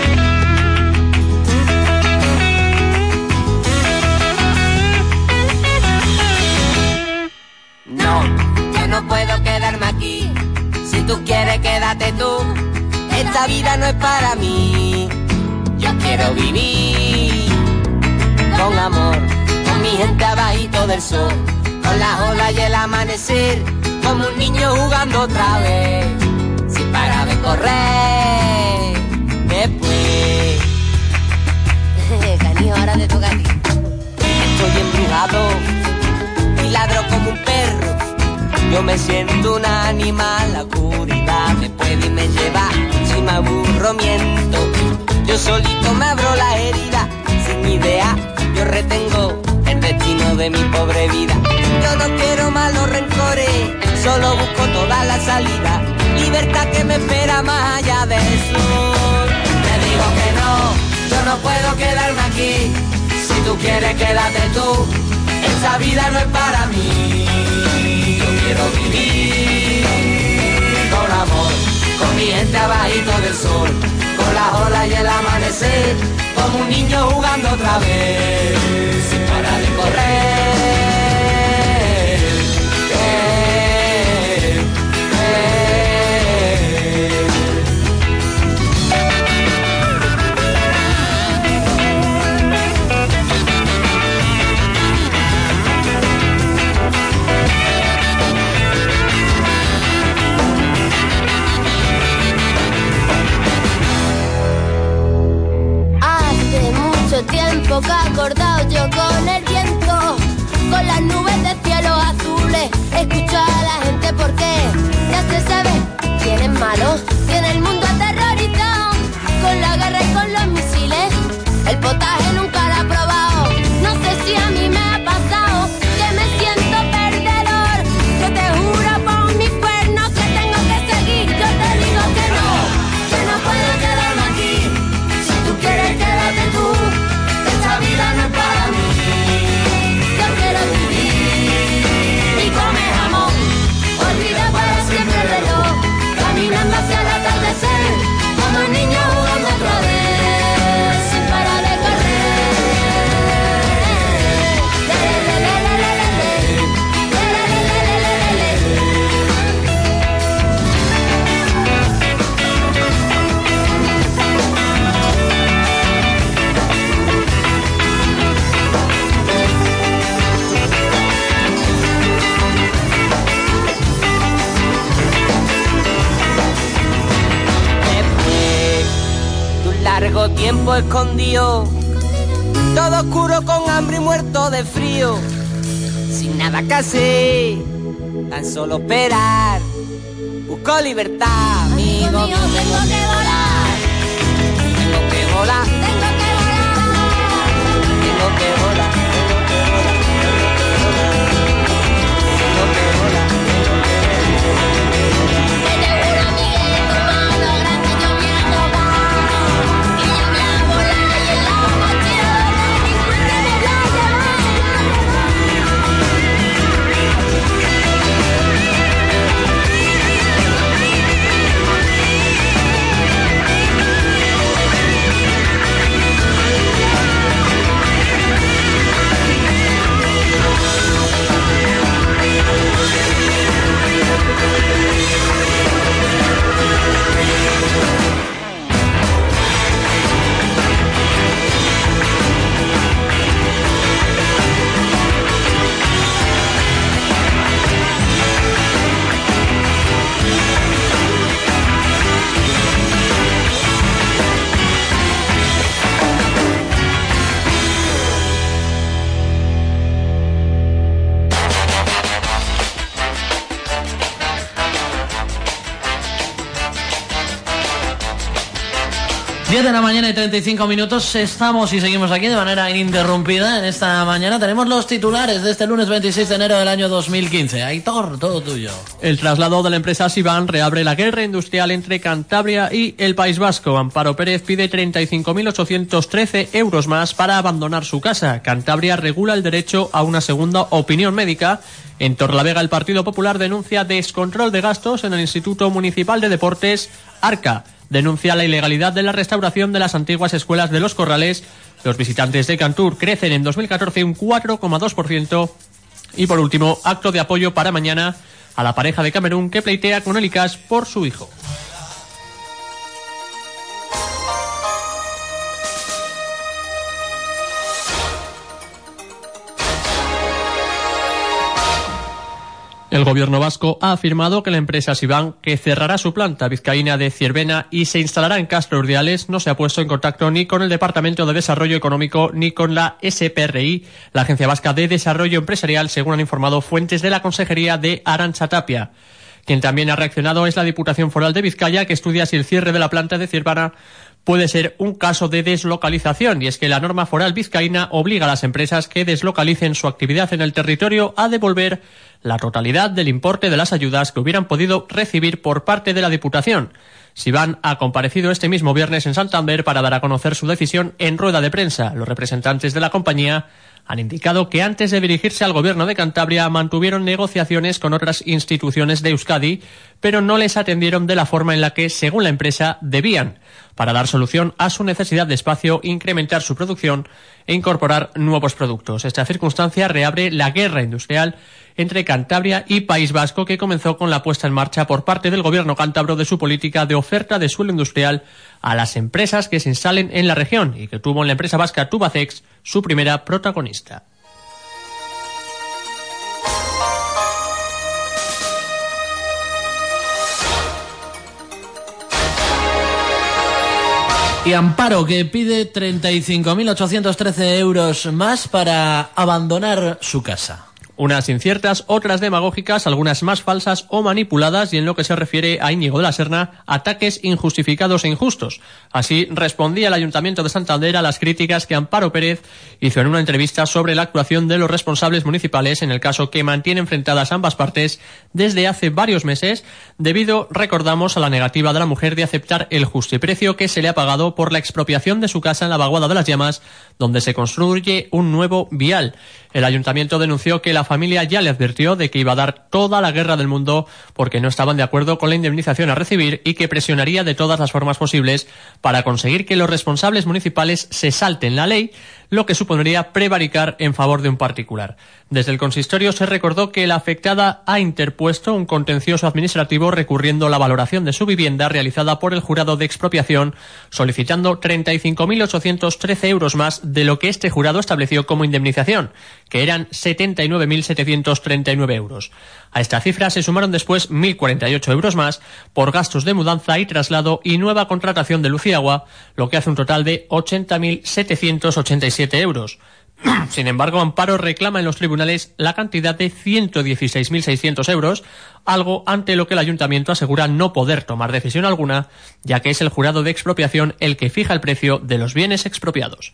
No, yo no puedo quedarme aquí. Si tú quieres, quédate tú. Esta vida no es para mí. Yo quiero vivir con amor, con mi gente abajito del sol, con las olas y el amanecer, como un niño jugando otra vez, sin parar de correr. Después, Canijo, ahora te toca a ti. Estoy embrujado y ladro como un perro. Yo me siento un animal, la oscuridad me puede y me lleva. Si me aburro, miento. Yo solito me abro la herida, sin idea. Yo retengo el destino de mi pobre vida. Yo no quiero malos rencores, solo busco toda la salida. Libertad que me espera más allá del sol. Te digo que no, yo no puedo quedarme aquí. Si tú quieres, quédate tú. Esta vida no es para mí. Yo quiero vivir con amor, con mi gente abajito del sol, con las olas y el amanecer, como un niño jugando otra vez, sin parar de correr. Tiempo que acordado yo con el viento, con las nubes de cielos azules, escucho a la gente porque ya se sabe quién es malo, tiene el mundo aterrorizado, con la guerra y con los misiles, el potaje nunca lo ha probado, no sé si a mí me ha pasado, que me siento perdedor, yo te juro por mis cuernos que tengo que seguir, yo te digo que no puedo quedarme aquí, si tú tiempo escondido, todo oscuro con hambre y muerto de frío, sin nada que hacer, tan solo esperar. Busco libertad, amigo mío, tengo que volar, tengo que volar, tengo que volar, tengo que volar, tengo que volar, tengo que volar. Tengo una amiga en tu mano grande, yo voy a tocar, y yo voy a volar y en la mochila mi madre me voy a llevar. De la mañana y 35 minutos, estamos y seguimos aquí de manera ininterrumpida. En esta mañana tenemos los titulares de este lunes 26 de enero del año 2015. Aitor, todo tuyo. El traslado de la empresa Siban reabre la guerra industrial entre Cantabria y el País Vasco. Amparo Pérez pide 35.813 euros más para abandonar su casa. Cantabria regula el derecho a una segunda opinión médica. En Torlavega, el Partido Popular denuncia descontrol de gastos en el Instituto Municipal de Deportes Arca. Denuncia la ilegalidad de la restauración de las antiguas escuelas de Los Corrales. Los visitantes de Cantur crecen en 2014 un 4,2%. Y por último, acto de apoyo para mañana a la pareja de Camerún que pleitea con el ICAS por su hijo. El gobierno vasco ha afirmado que la empresa Siban, que cerrará su planta vizcaína de Ciervena y se instalará en Castro Urdiales, no se ha puesto en contacto ni con el Departamento de Desarrollo Económico ni con la SPRI, la Agencia Vasca de Desarrollo Empresarial, según han informado fuentes de la Consejería de Arantxa Tapia. Quien también ha reaccionado es la Diputación Foral de Vizcaya, que estudia si el cierre de la planta de Ciervena puede ser un caso de deslocalización, y es que la norma foral vizcaína obliga a las empresas que deslocalicen su actividad en el territorio a devolver la totalidad del importe de las ayudas que hubieran podido recibir por parte de la Diputación. Siban ha comparecido este mismo viernes en Santander para dar a conocer su decisión en rueda de prensa. Los representantes de la compañía han indicado que antes de dirigirse al gobierno de Cantabria mantuvieron negociaciones con otras instituciones de Euskadi, pero no les atendieron de la forma en la que, según la empresa, debían, para dar solución a su necesidad de espacio, incrementar su producción e incorporar nuevos productos. Esta circunstancia reabre la guerra industrial entre Cantabria y País Vasco, que comenzó con la puesta en marcha por parte del gobierno cántabro de su política de oferta de suelo industrial a las empresas que se instalen en la región y que tuvo en la empresa vasca Tubacex su primera protagonista. Y Amparo, que pide 35.813 euros más para abandonar su casa. Unas inciertas, otras demagógicas, algunas más falsas o manipuladas, y en lo que se refiere a Íñigo de la Serna, ataques injustificados e injustos. Así respondía el Ayuntamiento de Santander a las críticas que Amparo Pérez hizo en una entrevista sobre la actuación de los responsables municipales en el caso que mantiene enfrentadas ambas partes desde hace varios meses, debido, recordamos, a la negativa de la mujer de aceptar el justiprecio que se le ha pagado por la expropiación de su casa en la Vaguada de las Llamas, donde se construye un nuevo vial. El ayuntamiento denunció que la familia ya le advirtió de que iba a dar toda la guerra del mundo porque no estaban de acuerdo con la indemnización a recibir y que presionaría de todas las formas posibles para conseguir que los responsables municipales se salten la ley, lo que supondría prevaricar en favor de un particular. Desde el consistorio se recordó que la afectada ha interpuesto un contencioso administrativo recurriendo la valoración de su vivienda realizada por el jurado de expropiación, solicitando 35.813 euros más de lo que este jurado estableció como indemnización, que eran 79.739 euros. A esta cifra se sumaron después 1.048 euros más por gastos de mudanza y traslado y nueva contratación de luz y agua, lo que hace un total de 80.787 euros. Sin embargo, Amparo reclama en los tribunales la cantidad de 116.600 euros, algo ante lo que el ayuntamiento asegura no poder tomar decisión alguna, ya que es el jurado de expropiación el que fija el precio de los bienes expropiados.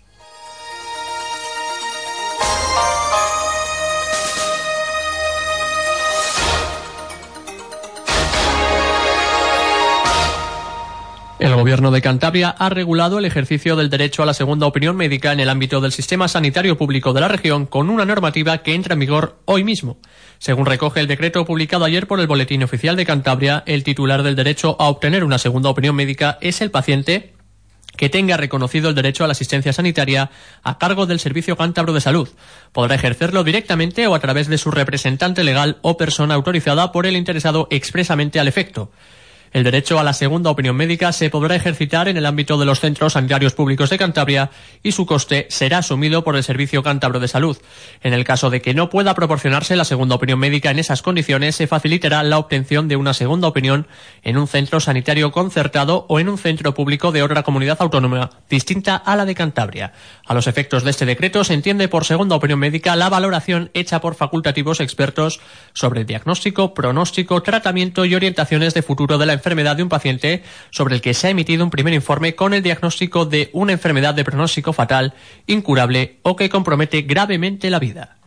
El Gobierno de Cantabria ha regulado el ejercicio del derecho a la segunda opinión médica en el ámbito del sistema sanitario público de la región con una normativa que entra en vigor hoy mismo. Según recoge el decreto publicado ayer por el Boletín Oficial de Cantabria, el titular del derecho a obtener una segunda opinión médica es el paciente que tenga reconocido el derecho a la asistencia sanitaria a cargo del Servicio Cántabro de Salud. Podrá ejercerlo directamente o a través de su representante legal o persona autorizada por el interesado expresamente al efecto. El derecho a la segunda opinión médica se podrá ejercitar en el ámbito de los centros sanitarios públicos de Cantabria y su coste será asumido por el Servicio Cántabro de Salud. En el caso de que no pueda proporcionarse la segunda opinión médica en esas condiciones, se facilitará la obtención de una segunda opinión en un centro sanitario concertado o en un centro público de otra comunidad autónoma distinta a la de Cantabria. A los efectos de este decreto se entiende por segunda opinión médica la valoración hecha por facultativos expertos sobre el diagnóstico, pronóstico, tratamiento y orientaciones de futuro de la enfermedad de un paciente sobre el que se ha emitido un primer informe con el diagnóstico de una enfermedad de pronóstico fatal, incurable o que compromete gravemente la vida.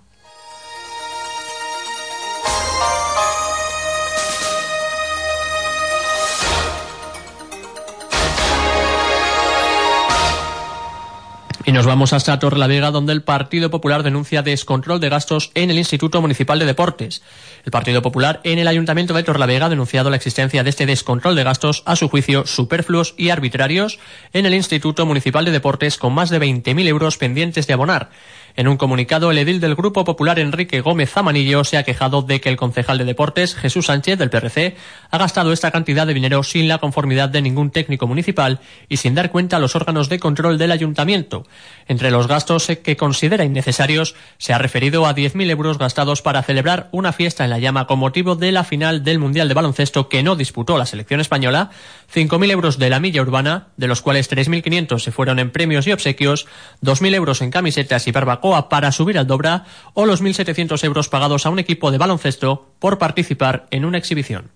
Y nos vamos hasta Torrelavega, donde el Partido Popular denuncia descontrol de gastos en el Instituto Municipal de Deportes. El Partido Popular en el Ayuntamiento de Torrelavega ha denunciado la existencia de este descontrol de gastos, a su juicio, superfluos y arbitrarios en el Instituto Municipal de Deportes, con más de 20.000 euros pendientes de abonar. En un comunicado, el edil del Grupo Popular, Enrique Gómez Zamanillo, se ha quejado de que el concejal de Deportes, Jesús Sánchez, del PRC, ha gastado esta cantidad de dinero sin la conformidad de ningún técnico municipal y sin dar cuenta a los órganos de control del ayuntamiento. Entre los gastos que considera innecesarios, se ha referido a 10.000 euros gastados para celebrar una fiesta en La Llama con motivo de la final del Mundial de Baloncesto que no disputó la selección española, 5.000 euros de la milla urbana, de los cuales 3.500 se fueron en premios y obsequios, 2.000 euros en camisetas y barbacoa para subir al Dobra, o los 1.700 euros pagados a un equipo de baloncesto por participar en una exhibición.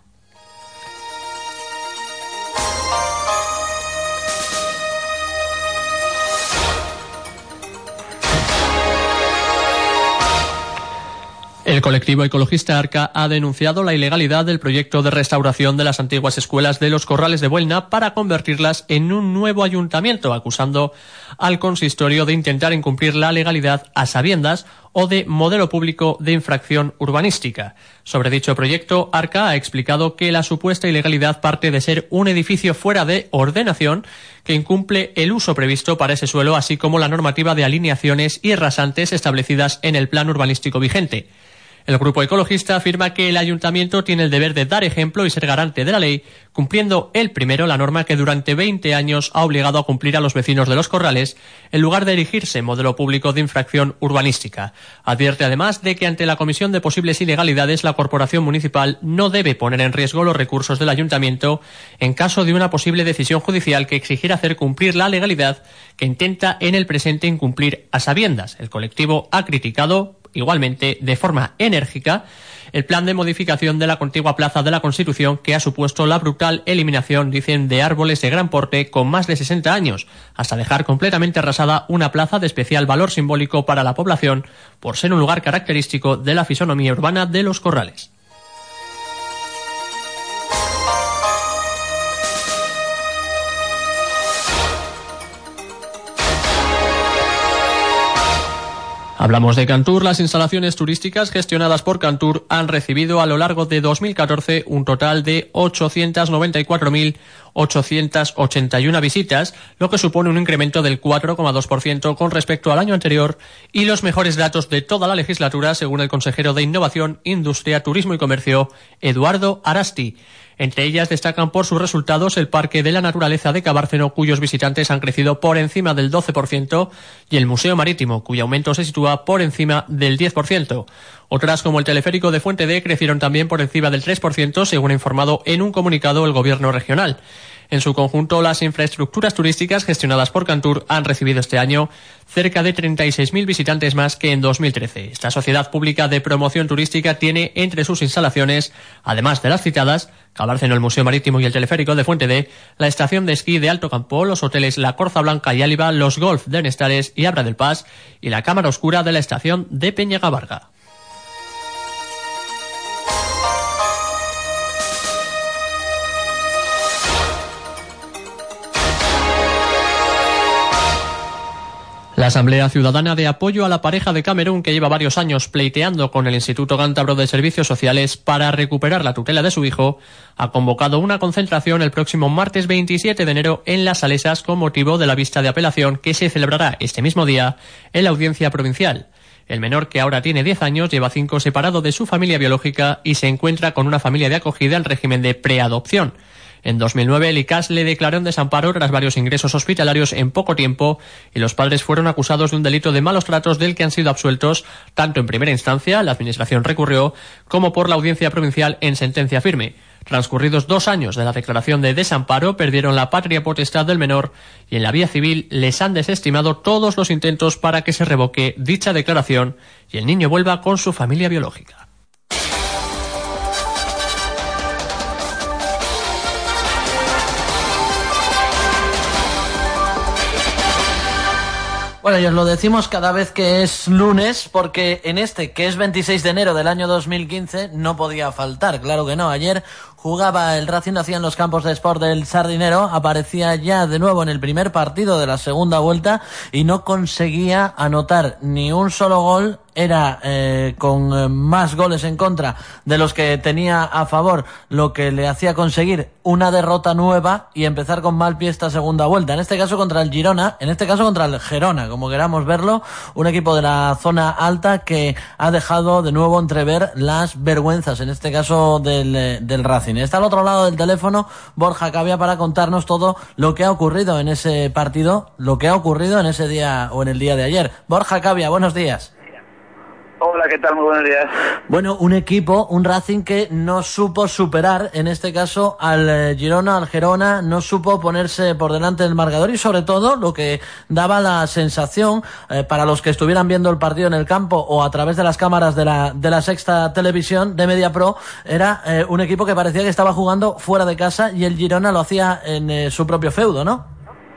El colectivo ecologista Arca ha denunciado la ilegalidad del proyecto de restauración de las antiguas escuelas de los Corrales de Buelna para convertirlas en un nuevo ayuntamiento, acusando al consistorio de intentar incumplir la legalidad a sabiendas o de modelo público de infracción urbanística. Sobre dicho proyecto, Arca ha explicado que la supuesta ilegalidad parte de ser un edificio fuera de ordenación que incumple el uso previsto para ese suelo, así como la normativa de alineaciones y rasantes establecidas en el plan urbanístico vigente. El grupo ecologista afirma que el ayuntamiento tiene el deber de dar ejemplo y ser garante de la ley, cumpliendo él primero la norma que durante 20 años ha obligado a cumplir a los vecinos de los Corrales, en lugar de erigirse modelo público de infracción urbanística. Advierte además de que ante la comisión de posibles ilegalidades, la corporación municipal no debe poner en riesgo los recursos del ayuntamiento en caso de una posible decisión judicial que exigiera hacer cumplir la legalidad que intenta en el presente incumplir a sabiendas. El colectivo ha criticado igualmente de forma enérgica el plan de modificación de la contigua Plaza de la Constitución, que ha supuesto la brutal eliminación, dicen, de árboles de gran porte con más de 60 años, hasta dejar completamente arrasada una plaza de especial valor simbólico para la población por ser un lugar característico de la fisonomía urbana de los Corrales. Hablamos de Cantur. Las instalaciones turísticas gestionadas por Cantur han recibido a lo largo de 2014 un total de 894.881 visitas, lo que supone un incremento del 4,2% con respecto al año anterior y los mejores datos de toda la legislatura, según el consejero de Innovación, Industria, Turismo y Comercio, Eduardo Arasti. Entre ellas destacan por sus resultados el Parque de la Naturaleza de Cabárceno, cuyos visitantes han crecido por encima del 12%, y el Museo Marítimo, cuyo aumento se sitúa por encima del 10%. Otras, como el teleférico de Fuente D, crecieron también por encima del 3%, según ha informado en un comunicado el Gobierno regional. En su conjunto, las infraestructuras turísticas gestionadas por Cantur han recibido este año cerca de 36.000 visitantes más que en 2013. Esta sociedad pública de promoción turística tiene entre sus instalaciones, además de las citadas, Cabárceno, el Museo Marítimo y el teleférico de Fuente D, la estación de esquí de Alto Campo, los hoteles La Corza Blanca y Áliva, los golf de Nestares y Abra del Pas y la cámara oscura de la estación de Peñagabarga. La Asamblea Ciudadana de Apoyo a la Pareja de Camerún, que lleva varios años pleiteando con el Instituto Cántabro de Servicios Sociales para recuperar la tutela de su hijo, ha convocado una concentración el próximo martes 27 de enero en Las Salesas con motivo de la vista de apelación que se celebrará este mismo día en la Audiencia Provincial. El menor, que ahora tiene 10 años, lleva 5 separado de su familia biológica y se encuentra con una familia de acogida en régimen de preadopción. En 2009 el ICAS le declaró en desamparo tras varios ingresos hospitalarios en poco tiempo y los padres fueron acusados de un delito de malos tratos del que han sido absueltos tanto en primera instancia, la Administración recurrió, como por la Audiencia Provincial en sentencia firme. Transcurridos 2 años de la declaración de desamparo, perdieron la patria potestad del menor y en la vía civil les han desestimado todos los intentos para que se revoque dicha declaración y el niño vuelva con su familia biológica. Bueno, y os lo decimos cada vez que es lunes, porque en este, que es 26 de enero del año 2015, no podía faltar, claro que no. Ayer jugaba el Racing, lo hacía en los campos de Sport del Sardinero, aparecía ya de nuevo en el primer partido de la segunda vuelta y no conseguía anotar ni un solo gol. Era con más goles en contra de los que tenía a favor, lo que le hacía conseguir una derrota nueva y empezar con mal pie esta segunda vuelta. En este caso contra el Girona, en este caso contra el Gerona, como queramos verlo, un equipo de la zona alta que ha dejado de nuevo entrever las vergüenzas, en este caso del Racing. Está al otro lado del teléfono Borja Cavia para contarnos todo lo que ha ocurrido en ese partido, lo que ha ocurrido en ese día o en el día de ayer. Borja Cavia, buenos días. Hola, ¿qué tal? Muy buenos días. Bueno, un equipo, un Racing que no supo superar, en este caso, al Girona, al Gerona, no supo ponerse por delante del marcador y sobre todo lo que daba la sensación para los que estuvieran viendo el partido en el campo o a través de las cámaras de la Sexta Televisión de Mediapro, era un equipo que parecía que estaba jugando fuera de casa y el Girona lo hacía en su propio feudo, ¿no?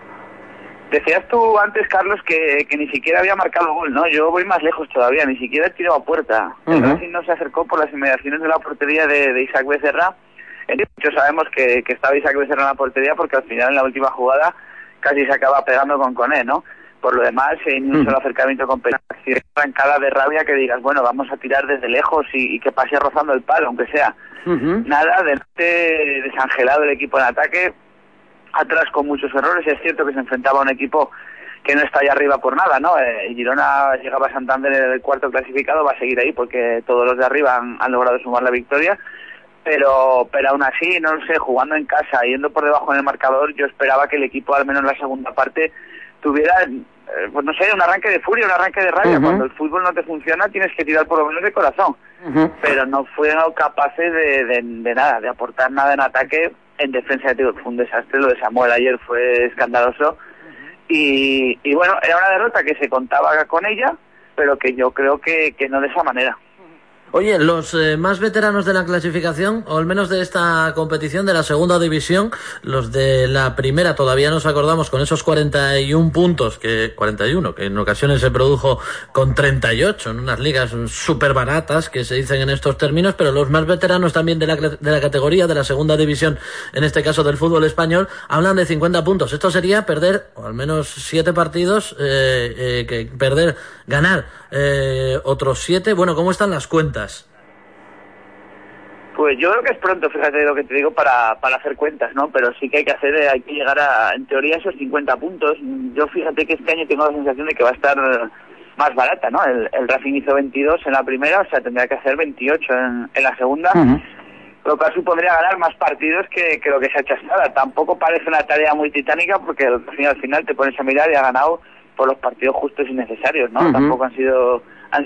Decías tú antes, Carlos, que ni siquiera había marcado gol, ¿no? Yo voy más lejos todavía, ni siquiera he tirado a puerta. El Racing no se acercó por las inmediaciones de la portería de Isaac Becerra. Muchos sabemos que estaba Isaac Becerra en la portería porque al final en la última jugada casi se acaba pegando con Koné, ¿no? Por lo demás, ni un solo acercamiento con penetración arrancada de rabia que digas, bueno, vamos a tirar desde lejos y que pase rozando el palo, aunque sea. Nada, desangelado el equipo en ataque, atrás con muchos errores. Es cierto que se enfrentaba a un equipo que no está allá arriba por nada, ¿no? Girona llegaba a Santander en el cuarto clasificado, va a seguir ahí porque todos los de arriba han logrado sumar la victoria, pero aún así, no lo sé, jugando en casa, yendo por debajo en el marcador, yo esperaba que el equipo, al menos en la segunda parte, tuviera, pues no sé, un arranque de furia, un arranque de rabia. Cuando el fútbol no te funciona tienes que tirar por lo menos de corazón, pero no fueron capaces de nada, de aportar nada en ataque. En defensa, digo, fue un desastre. Lo de Samuel ayer fue escandaloso y bueno, era una derrota que se contaba con ella, pero que yo creo que no de esa manera. Oye, los más veteranos de la clasificación, o al menos de esta competición de la segunda división, los de la primera todavía nos acordamos con esos 41 puntos, 41, que en ocasiones se produjo con 38 en unas ligas súper baratas que se dicen en estos términos, pero los más veteranos también de la categoría de la segunda división, en este caso del fútbol español, hablan de 50 puntos. Esto sería perder, o al menos 7 partidos, ganar otros 7. Bueno, ¿cómo están las cuentas? Pues yo creo que es pronto, fíjate lo que te digo, para hacer cuentas, ¿no? Pero sí que hay que llegar en teoría, esos 50 puntos. Yo fíjate que este año tengo la sensación de que va a estar más barata, ¿no? El Racing hizo 22 en la primera, o sea, tendría que hacer 28 en la segunda. lo cual supondría ganar más partidos que lo que se ha hecho hasta ahora. Tampoco parece una tarea muy titánica, porque al final te pones a mirar y ha ganado por los partidos justos y necesarios, ¿no? Tampoco han sido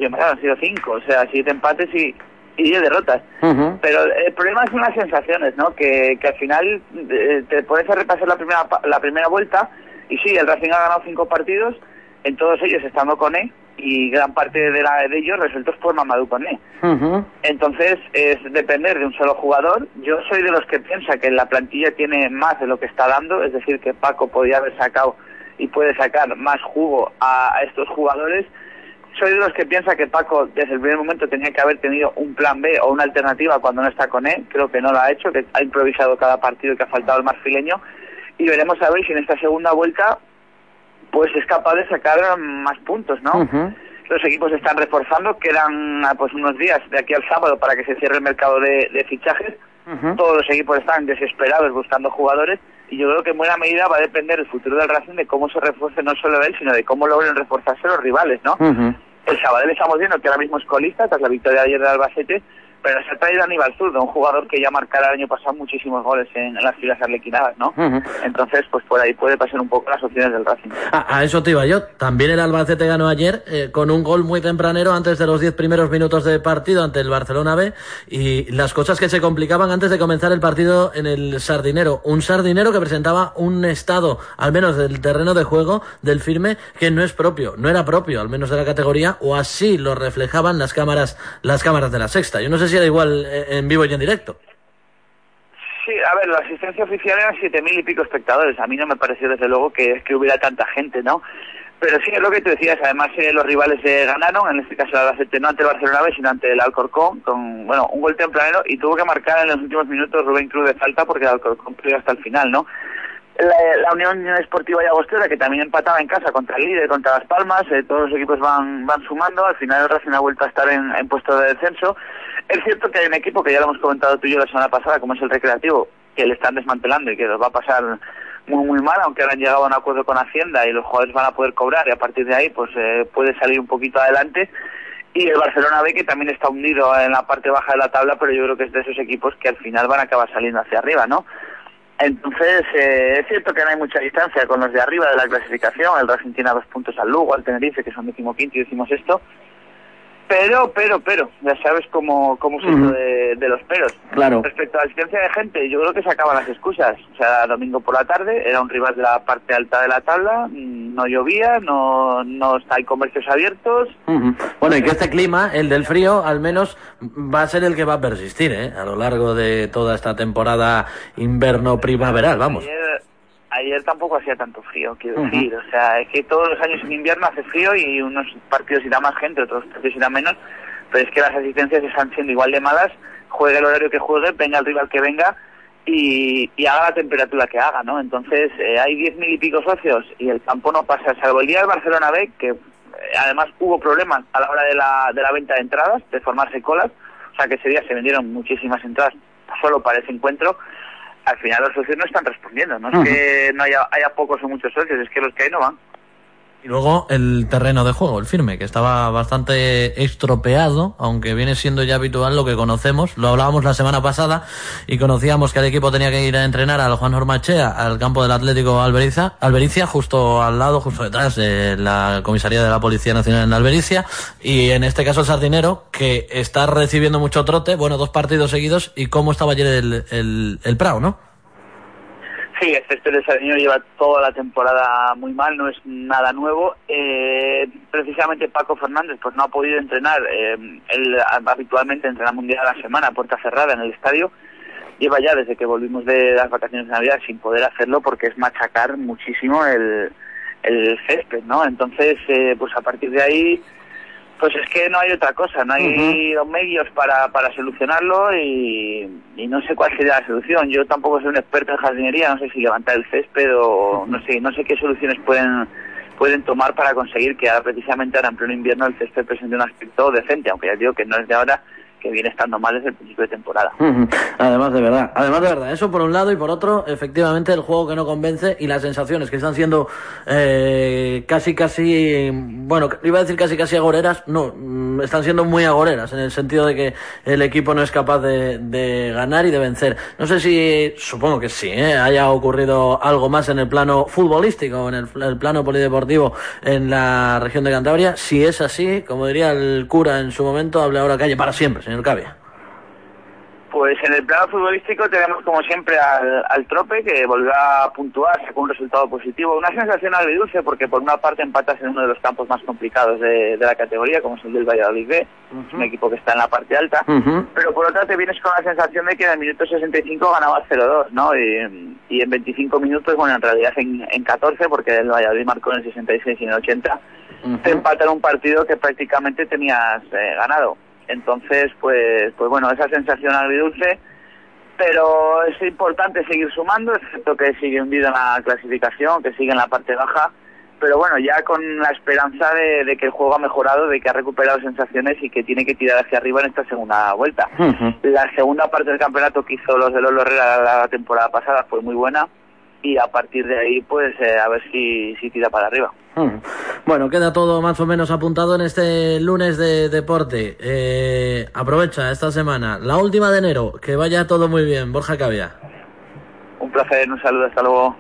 5, o sea, 7 empates y 10 derrotas. Pero el problema son las sensaciones, ¿no? Que al final te pones a repasar la primera vuelta, y sí, el Racing ha ganado 5 partidos, en todos ellos estando Koné, y gran parte de ellos resueltos por Mamadou Koné. Entonces es depender de un solo jugador. Yo soy de los que piensa que la plantilla tiene más de lo que está dando, es decir, que Paco podía haber sacado y puede sacar más jugo a estos jugadores. Soy de los que piensa que Paco desde el primer momento tenía que haber tenido un plan B o una alternativa cuando no está con él. Creo que no lo ha hecho, que ha improvisado cada partido y que ha faltado el marfileño, y veremos a ver si en esta segunda vuelta pues es capaz de sacar más puntos, ¿no? Los equipos se están reforzando, quedan pues unos días de aquí al sábado para que se cierre el mercado de fichajes. Todos los equipos están desesperados buscando jugadores, y yo creo que en buena medida va a depender el futuro del Racing de cómo se refuerce no solo él, sino de cómo logren reforzarse los rivales, ¿no? El Sabadell estamos viendo que ahora mismo es colista tras la victoria de ayer del Albacete, pero se ha traído a Aníbal Zurdo, un jugador que ya marcara el año pasado muchísimos goles en las filas arlequinadas, ¿no? Entonces, pues por ahí puede pasar un poco las opciones del Racing. A eso te iba yo. También el Albacete ganó ayer con un gol muy tempranero antes de los 10 primeros minutos de partido ante el Barcelona B, y las cosas que se complicaban antes de comenzar el partido en el Sardinero. Un Sardinero que presentaba un estado, al menos del terreno de juego, del Firme, que no era propio, al menos de la categoría, o así lo reflejaban las cámaras de la Sexta. Yo no sé si era igual en vivo y en directo. Sí, a ver, la asistencia oficial eran 7.000 y pico espectadores. A mí no me pareció desde luego que hubiera tanta gente, ¿no? Pero sí, es lo que tú decías. Además, los rivales ganaron, en este caso el Albacete no ante el Barcelona B, sino ante el Alcorcón, con un gol tempranero, y tuvo que marcar en los últimos minutos Rubén Cruz de falta, porque el Alcorcón peleó hasta el final, ¿no? La Unión Esportiva Llagostera, que también empataba en casa contra el líder, contra Las Palmas, todos los equipos van sumando. Al final el Racing ha vuelto a estar en puesto de descenso. Es cierto que hay un equipo que ya lo hemos comentado tú y yo la semana pasada, como es el Recreativo, que le están desmantelando y que los va a pasar muy muy mal, aunque ahora han llegado a un acuerdo con Hacienda y los jugadores van a poder cobrar, y a partir de ahí pues puede salir un poquito adelante. Y el Barcelona B, que también está hundido en la parte baja de la tabla, pero yo creo que es de esos equipos que al final van a acabar saliendo hacia arriba, ¿no? Entonces, es cierto que no hay mucha distancia con los de arriba de la clasificación. El Racing tiene 2 puntos al Lugo, al Tenerife, que son 15º y 16º. Pero, ya sabes cómo es esto de los peros. Claro. Respecto a la asistencia de gente, yo creo que se acaban las excusas. O sea, domingo por la tarde, era un rival de la parte alta de la tabla, no llovía, no hay comercios abiertos. Bueno, y que este clima, el del frío, al menos va a ser el que va a persistir, a lo largo de toda esta temporada invierno-primaveral, vamos. Ayer tampoco hacía tanto frío, quiero decir. O sea, es que todos los años en invierno hace frío y unos partidos irá más gente, otros partidos irá menos, pero es que las asistencias están siendo igual de malas, juegue el horario que juegue, venga el rival que venga y haga la temperatura que haga, ¿no? Entonces, hay 10.000 y pico socios y el campo no pasa, salvo el día del Barcelona B, que además hubo problemas a la hora de la venta de entradas, de formarse colas, o sea que ese día se vendieron muchísimas entradas solo para ese encuentro. Al final los socios no están respondiendo, no es que no haya pocos o muchos socios, es que los que hay no van. Y luego el terreno de juego, el Firme, que estaba bastante estropeado, aunque viene siendo ya habitual lo que conocemos. Lo hablábamos la semana pasada y conocíamos que el equipo tenía que ir a entrenar al Juan Ormachea, al campo del Atlético Albericia, justo al lado, justo detrás de la comisaría de la Policía Nacional en Albericia. Y en este caso el Sardinero, que está recibiendo mucho trote, 2 partidos seguidos. ¿Y cómo estaba ayer el Prado, no? Sí, el Sardinero lleva toda la temporada muy mal, no es nada nuevo. Precisamente Paco Fernández pues no ha podido entrenar. Él habitualmente entrena un día a la semana, puerta cerrada en el estadio. Lleva ya desde que volvimos de las vacaciones de Navidad sin poder hacerlo, porque es machacar muchísimo el césped, ¿no? Entonces, pues a partir de ahí, pues es que no hay otra cosa, no hay los medios para solucionarlo y no sé cuál sería la solución. Yo tampoco soy un experto en jardinería, no sé si levantar el césped o no sé qué soluciones pueden tomar para conseguir que precisamente ahora en pleno invierno el césped presente un aspecto decente, aunque ya digo que no es de ahora, viene estando mal desde el principio de temporada. Además de verdad, eso por un lado, y por otro, efectivamente, el juego que no convence y las sensaciones que están siendo casi, bueno, iba a decir casi agoreras, no, están siendo muy agoreras, en el sentido de que el equipo no es capaz de ganar y de vencer. No sé si, supongo que sí, haya ocurrido algo más en el plano futbolístico, en el plano polideportivo en la región de Cantabria. Si es así, como diría el cura en su momento, hable ahora calle para siempre, señor Cavia. Pues en el plano futbolístico tenemos como siempre al Trope, que volvió a puntuar, sacó un resultado positivo, una sensación agridulce porque por una parte empatas en uno de los campos más complicados de la categoría, como es el del Valladolid B, es un equipo que está en la parte alta, pero por otra te vienes con la sensación de que en el minuto 65 ganabas 0-2, ¿no? Y en 25 minutos, bueno, en realidad en 14, porque el Valladolid marcó en el 66 y en el 80, te empatan un partido que prácticamente tenías ganado. Entonces, pues bueno, esa sensación agridulce, pero es importante seguir sumando, excepto que sigue hundido en la clasificación, que sigue en la parte baja, pero bueno, ya con la esperanza de que el juego ha mejorado, de que ha recuperado sensaciones y que tiene que tirar hacia arriba en esta segunda vuelta. La segunda parte del campeonato que hizo los de Lolo Herrera la temporada pasada fue muy buena, y a partir de ahí, pues a ver si tira para arriba. Bueno, queda todo más o menos apuntado en este lunes de deporte. Aprovecha esta semana, la última de enero, que vaya todo muy bien. Borja Cavia. Un placer, un saludo, hasta luego.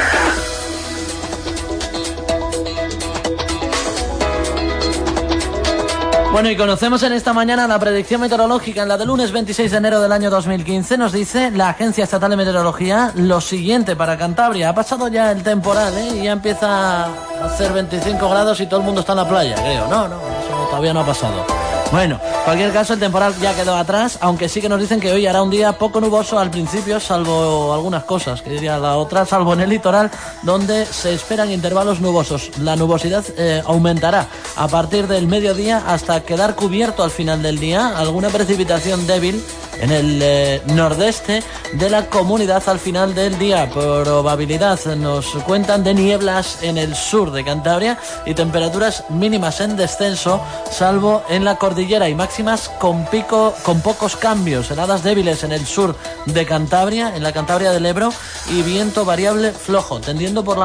Bueno, y conocemos en esta mañana la predicción meteorológica, en la del lunes 26 de enero del año 2015. Nos dice la Agencia Estatal de Meteorología lo siguiente para Cantabria. Ha pasado ya el temporal, y ya empieza a hacer 25 grados y todo el mundo está en la playa, creo. No, eso todavía no ha pasado. Bueno, en cualquier caso, el temporal ya quedó atrás, aunque sí que nos dicen que hoy hará un día poco nuboso al principio, salvo algunas cosas, que diría la otra, salvo en el litoral, donde se esperan intervalos nubosos. La nubosidad aumentará a partir del mediodía hasta quedar cubierto al final del día. Alguna precipitación débil en el nordeste de la comunidad al final del día. Probabilidad, nos cuentan, de nieblas en el sur de Cantabria y temperaturas mínimas en descenso, salvo en la cordillera, y máximas con pocos cambios. Heladas débiles en el sur de Cantabria, en la Cantabria del Ebro, y viento variable flojo, tendiendo por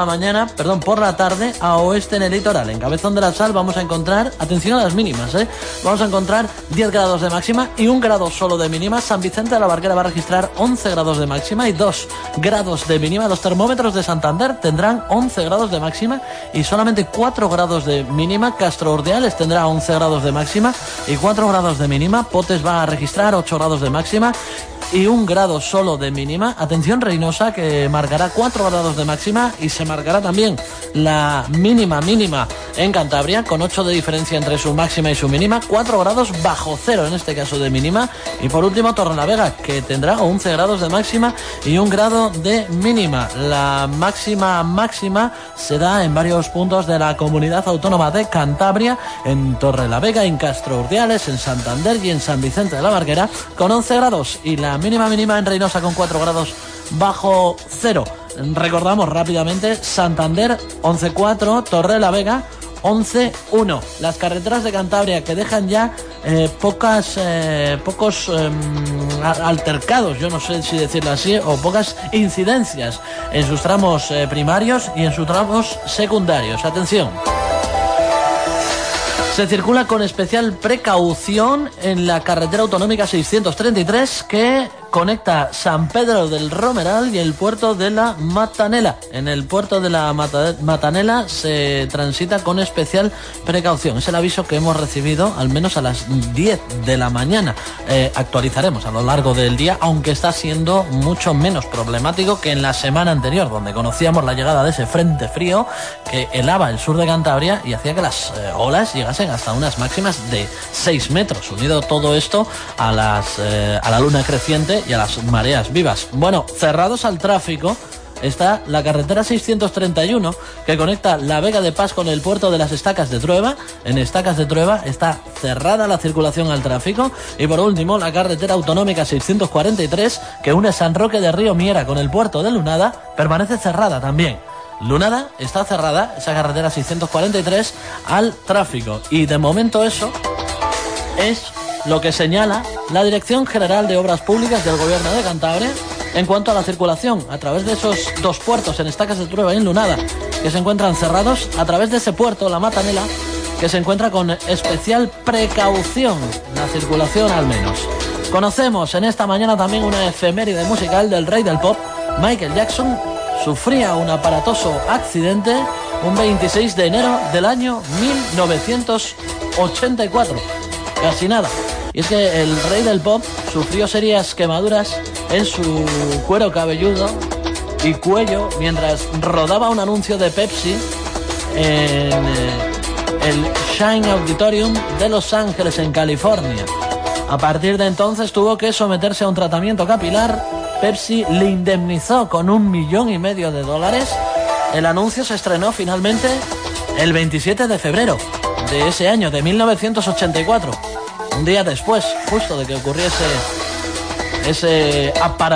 la tarde a oeste en el litoral. En Cabezón de la Sal vamos a encontrar, atención a las mínimas, vamos a encontrar 10 grados de máxima y 1 grado solo de mínima. San Vicente de la Barquera va a registrar 11 grados de máxima y 2 grados de mínima. Los termómetros de Santander tendrán 11 grados de máxima y solamente 4 grados de mínima. Castro Urdiales tendrá 11 grados de máxima y 4 grados de mínima. Potes va a registrar 8 grados de máxima y 1 grado solo de mínima. Atención Reynosa, que marcará 4 grados de máxima, y se marcará también la mínima en Cantabria, con 8 de diferencia entre su máxima y su mínima, 4 grados bajo cero en este caso de mínima. Y por último Torrelavega, que tendrá 11 grados de máxima y 1 grado de mínima. La máxima se da en varios puntos de la comunidad autónoma de Cantabria, en Torrelavega, en Castro Urdiales, en Santander y en San Vicente de la Barquera, con 11 grados, y la mínima en Reynosa con 4 grados bajo cero. Recordamos rápidamente: Santander 11,4, Torrelavega 11,1. Las carreteras de Cantabria, que dejan ya pocos altercados, yo no sé si decirlo así, o pocas incidencias en sus tramos primarios y en sus tramos secundarios. Atención. Se circula con especial precaución en la carretera autonómica 633, que conecta San Pedro del Romeral y el puerto de la Matanela. En el puerto de la Matanela se transita con especial precaución. Es el aviso que hemos recibido al menos a las 10 de la mañana. Actualizaremos a lo largo del día, aunque está siendo mucho menos problemático que en la semana anterior, donde conocíamos la llegada de ese frente frío que helaba el sur de Cantabria y hacía que las olas llegasen hasta unas máximas de 6 metros. Unido todo esto a la luna creciente y a las mareas vivas. Bueno, cerrados al tráfico está la carretera 631, que conecta la Vega de Paz con el puerto de las Estacas de Trueba. En Estacas de Trueba está cerrada la circulación al tráfico. Y por último, la carretera autonómica 643, que une San Roque de Río Miera con el puerto de Lunada, permanece cerrada también. Lunada está cerrada, esa carretera 643, al tráfico. Y de momento eso es lo que señala la Dirección General de Obras Públicas del Gobierno de Cantabria en cuanto a la circulación a través de esos dos puertos en Estacas de Trueba y en Lunada, que se encuentran cerrados, a través de ese puerto, la Matanela, que se encuentra con especial precaución, la circulación al menos. Conocemos en esta mañana también una efeméride musical del rey del pop. Michael Jackson sufría un aparatoso accidente un 26 de enero del año 1984. Casi nada. Y es que el rey del pop sufrió serias quemaduras en su cuero cabelludo y cuello mientras rodaba un anuncio de Pepsi en el Shine Auditorium de Los Ángeles, en California. A partir de entonces tuvo que someterse a un tratamiento capilar. Pepsi le indemnizó con $1,5 millones. El anuncio se estrenó finalmente el 27 de febrero de ese año, de 1984. Un día después, justo de que ocurriese ese aparato.